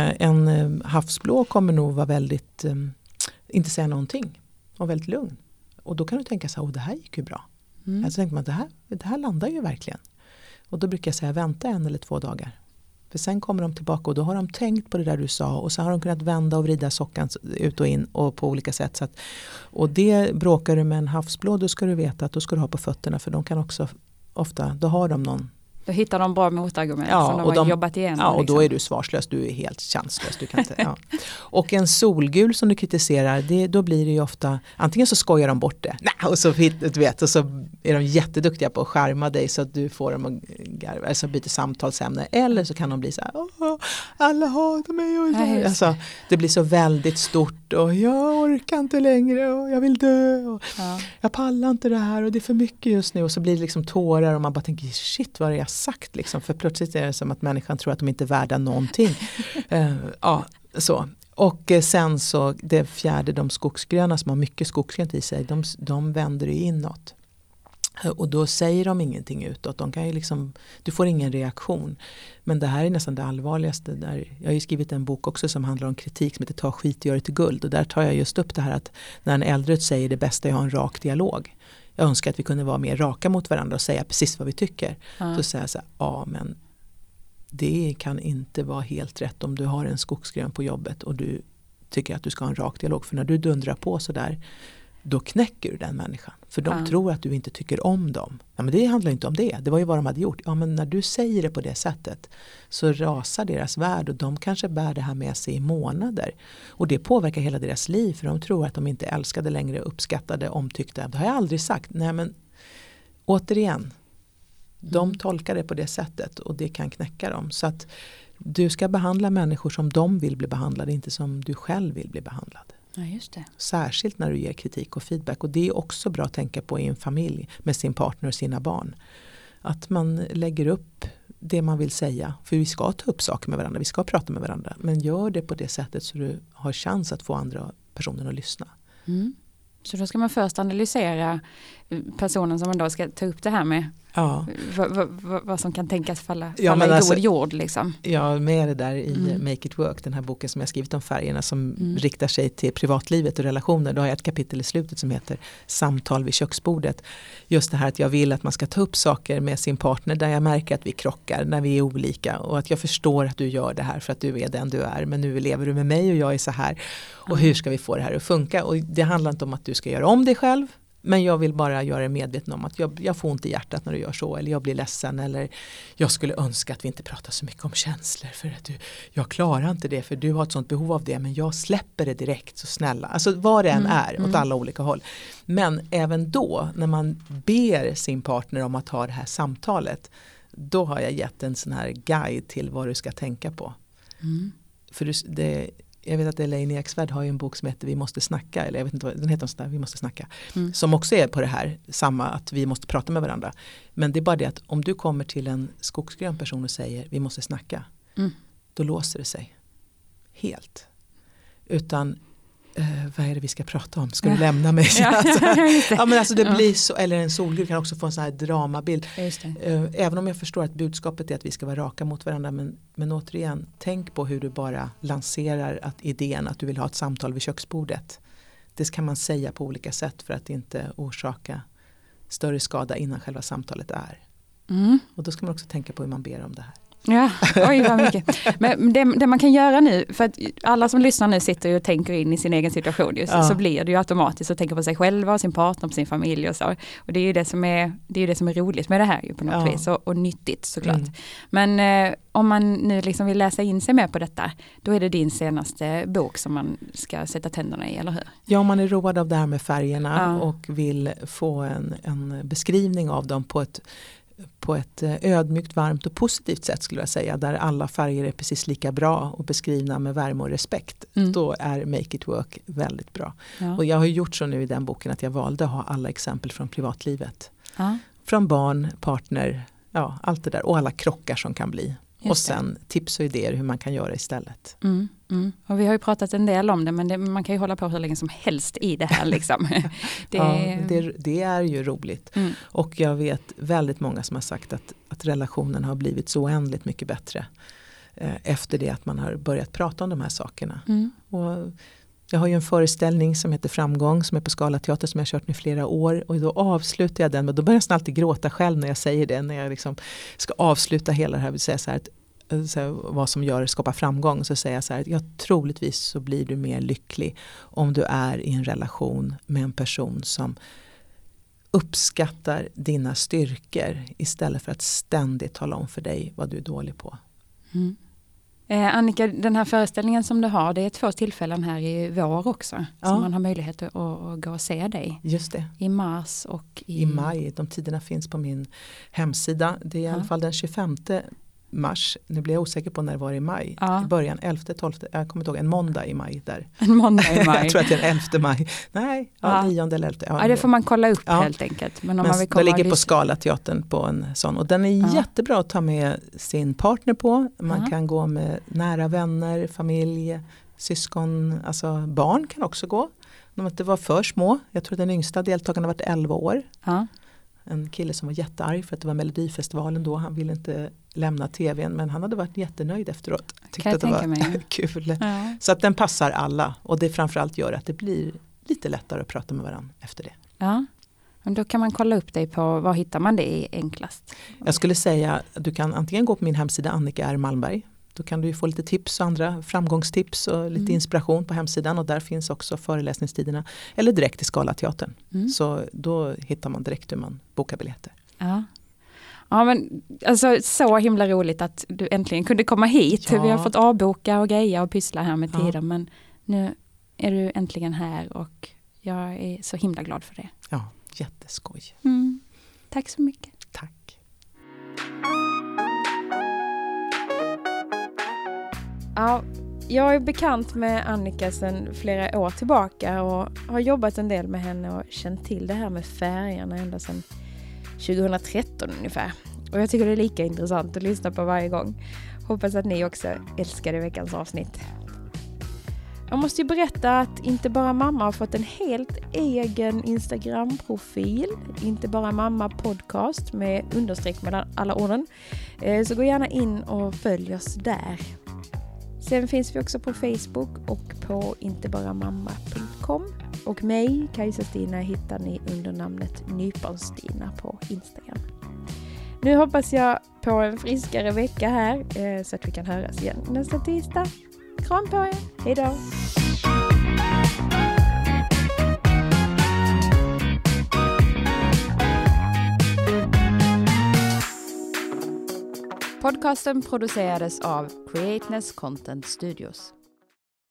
En havsblå kommer nog vara väldigt, inte säga någonting och väldigt lugn. Och då kan du tänka så här, oh, det här gick ju bra. Mm. Alltså tänker man, det här, det här landar ju verkligen. Och då brukar jag säga, vänta en eller två dagar. För sen kommer de tillbaka och då har de tänkt på det där du sa. Och så har de kunnat vända och vrida sockan ut och in och på olika sätt. Så att, och det bråkar du med en havsblå, då ska du veta att då ska du ha på fötterna. För de kan också ofta, då har de någon. Då hittar de bra motargument ja, som de har de, jobbat igenom. Ja, och liksom. Då är du svarslös. Du är helt chanslös. Du kan inte, ja. Och en solgul som du kritiserar, det, då blir det ju ofta, antingen så skojar de bort det. Nej, och, så, du vet, och så är de jätteduktiga på att skärma dig så att du får dem att garva, eller så byter samtalsämne. Eller så kan de bli så här, åh, alla hatar mig. Och Nej, alltså, det blir så väldigt stort och jag orkar inte längre och jag vill dö. Och ja. Jag pallar inte det här och det är för mycket just nu. Och så blir det liksom tårar och man bara tänker, shit vad är jag sagt liksom, för plötsligt är det som att människan tror att de inte är värda någonting. uh, ja, så. Och uh, sen så det fjärde, de skogsgröna som har mycket skogsgrönt i sig, de, de vänder ju inåt. Uh, och då säger de ingenting utåt. De kan ju liksom, du får ingen reaktion. Men det här är nästan det allvarligaste. Där, jag har ju skrivit en bok också som handlar om kritik som heter Ta skit och gör det till guld. Och där tar jag just upp det här att när en äldre säger det bästa är att ha en rak dialog. Jag önskar att vi kunde vara mer raka mot varandra och säga precis vad vi tycker. Ja. Så säger jag så här, ja men det kan inte vara helt rätt om du har en skogsgrön på jobbet och du tycker att du ska ha en rak dialog. För när du dundrar på så där, då knäcker du den människan. För de ja. tror att du inte tycker om dem. Ja, men det handlar inte om det. Det var ju vad de hade gjort. Ja, men när du säger det på det sättet så rasar deras värld och de kanske bär det här med sig i månader. Och det påverkar hela deras liv för de tror att de inte älskade längre, uppskattade, omtyckte. Det har jag aldrig sagt. Nej, men återigen, de mm. tolkar det på det sättet och det kan knäcka dem. Så att du ska behandla människor som de vill bli behandlade, inte som du själv vill bli behandlad. Ja, just det. Särskilt när du ger kritik och feedback. Och det är också bra att tänka på i en familj med sin partner och sina barn. Att man lägger upp det man vill säga. För vi ska ta upp saker med varandra, vi ska prata med varandra. Men gör det på det sättet så du har chans att få andra personer att lyssna. Mm. Så då ska man först analysera personen som man då ska ta upp det här med. Ja. Vad, vad, vad som kan tänkas falla, ja, falla i alltså, god jord liksom. Ja, med det där i mm. Make It Work, den här boken som jag skrivit om färgerna som mm. riktar sig till privatlivet och relationer. Då har jag ett kapitel i slutet som heter Samtal vid köksbordet. Just det här att jag vill att man ska ta upp saker med sin partner där jag märker att vi krockar, när vi är olika. Och att jag förstår att du gör det här för att du är den du är. Men nu lever du med mig och jag är så här. Och mm. hur ska vi få det här att funka? Och det handlar inte om att du ska göra om dig själv. Men jag vill bara göra det medveten om att jag, jag får ont i hjärtat när du gör så. Eller jag blir ledsen. Eller jag skulle önska att vi inte pratar så mycket om känslor. För att du, jag klarar inte det för du har ett sånt behov av det. Men jag släpper det direkt, så snälla. Alltså vad det än Mm, är, mm. åt alla olika håll. Men även då, när man ber sin partner om att ha det här samtalet. Då har jag gett en sån här guide till vad du ska tänka på. Mm. För du, det, jag vet att Elaine Eksvärd har ju en bok som heter Vi måste snacka. Eller jag vet inte vad den heter, sådär, Vi måste snacka. Mm. Som också är på det här, samma att vi måste prata med varandra. Men det är bara det att om du kommer till en skogsgrön person och säger vi måste snacka. Mm. Då låser det sig. Helt. Utan eh, vad är det vi ska prata om? Ska Ja. du lämna mig? Ja. Alltså, ja, men alltså det Ja. blir så, eller en solgud kan också få en sån här dramabild. Just det. Eh, Även om jag förstår att budskapet är att vi ska vara raka mot varandra. Men, men återigen, tänk på hur du bara lanserar att idén att du vill ha ett samtal vid köksbordet. Det kan man säga på olika sätt för att inte orsaka större skada innan själva samtalet är. Mm. Och då ska man också tänka på hur man ber om det här. Ja, oj vad mycket. Men det, det man kan göra nu, för att alla som lyssnar nu sitter och tänker in i sin egen situation just, Ja. så blir det ju automatiskt att tänka på sig själva, sin partner, på sin familj och så. Och det är ju det som är, det är, ju det som är roligt med det här ju på något Ja. vis och, och nyttigt såklart. Mm. Men eh, om man nu liksom vill läsa in sig mer på detta, då är det din senaste bok som man ska sätta tänderna i, eller hur? Ja, om man är road av det här med färgerna Ja. och vill få en, en beskrivning av dem på ett på ett ödmjukt, varmt och positivt sätt skulle jag säga, där alla färger är precis lika bra och beskrivna med värme och respekt, Mm. då är Make It Work väldigt bra. Ja. Och jag har gjort så nu i den boken att jag valde att ha alla exempel från privatlivet. Ja. Från barn, partner, ja, allt det där och alla krockar som kan bli. Just Och sen tips och idéer hur man kan göra istället. Mm, mm. Och vi har ju pratat en del om det, men det, man kan ju hålla på hur länge som helst i det här liksom. det, Ja, det, det är ju roligt. Mm. Och jag vet väldigt många som har sagt att, att relationen har blivit så oändligt mycket bättre eh, efter det att man har börjat prata om de här sakerna. Mm. Och jag har ju en föreställning som heter Framgång som är på Skala Teater som jag har kört nu flera år. Och då avslutar jag den, men då börjar jag nästan alltid gråta själv när jag säger det. När jag liksom ska avsluta hela det här, vill säga så här, att, så här, vad som gör skapa framgång. Så säger jag så här, att ja, troligtvis så blir du mer lycklig om du är i en relation med en person som uppskattar dina styrkor istället för att ständigt tala om för dig vad du är dålig på. Mm. Eh, Annika, den här föreställningen som du har, det är två tillfällen här i vår också. Ja. Så man har möjlighet att, att gå och se dig. Just det. I mars och i, I maj. De tiderna finns på min hemsida. Det är i Ja. alla fall den tjugofemte mars. Nu blir jag osäker på när det var i maj. Ja. I början, elfte, tolfte. Jag kommer inte ihåg, en måndag i maj där. en måndag i maj. jag tror att det är den elfte maj. Nej, ja, Ja. nionde eller elfte. Ja, det får man kolla upp Ja. helt enkelt. Men om Men man vill det komma ligger och på lyssna- Skalateatern på en sån. Och den är Ja. jättebra att ta med sin partner på. Man Ja. kan gå med nära vänner, familj, syskon, alltså barn kan också gå. De inte var för små. Jag tror att den yngsta deltagaren har varit elva år. Ja. En kille som var jättearg för att det var Melodifestivalen då. Han ville inte lämna tvn, men han hade varit jättenöjd efteråt. Tyckte Kan jag att det tänka var mig. kul. Ja. Så att den passar alla. Och det framförallt gör att det blir lite lättare att prata med varandra efter det. Ja. Men då kan man kolla upp dig på, var hittar man det i enklast? Jag skulle säga att du kan antingen gå på min hemsida Annika R. Malmberg. Då kan du ju få lite tips och andra framgångstips och lite Mm. inspiration på hemsidan. Och där finns också föreläsningstiderna. Eller direkt i Skalateatern. Mm. Så då hittar man direkt hur man bokar biljetter. Ja. Ja, men alltså så himla roligt att du äntligen kunde komma hit. Ja. Vi har fått avboka och greja och pyssla här med Ja. tiden, men nu är du äntligen här och jag är så himla glad för det. Ja, jätteskoj. Mm. Tack så mycket. Tack. Ja, jag är bekant med Annika sedan flera år tillbaka och har jobbat en del med henne och känt till det här med färgerna ända sedan tjugohundratretton ungefär. Och jag tycker det är lika intressant att lyssna på varje gång. Hoppas att ni också älskade veckans avsnitt. Jag måste ju berätta att Inte bara mamma har fått en helt egen Instagram-profil. Inte bara mamma podcast med understreck mellan alla orden. Så gå gärna in och följ oss där. Sen finns vi också på Facebook och på intebaramamma punkt com. Och mig, Kajsa-Stina, hittar ni under namnet Nyponstina på Instagram. Nu hoppas jag på en friskare vecka här så att vi kan höras igen nästa tisdag. Kram på er, hej då! Podcasten producerades av Createness Content Studios.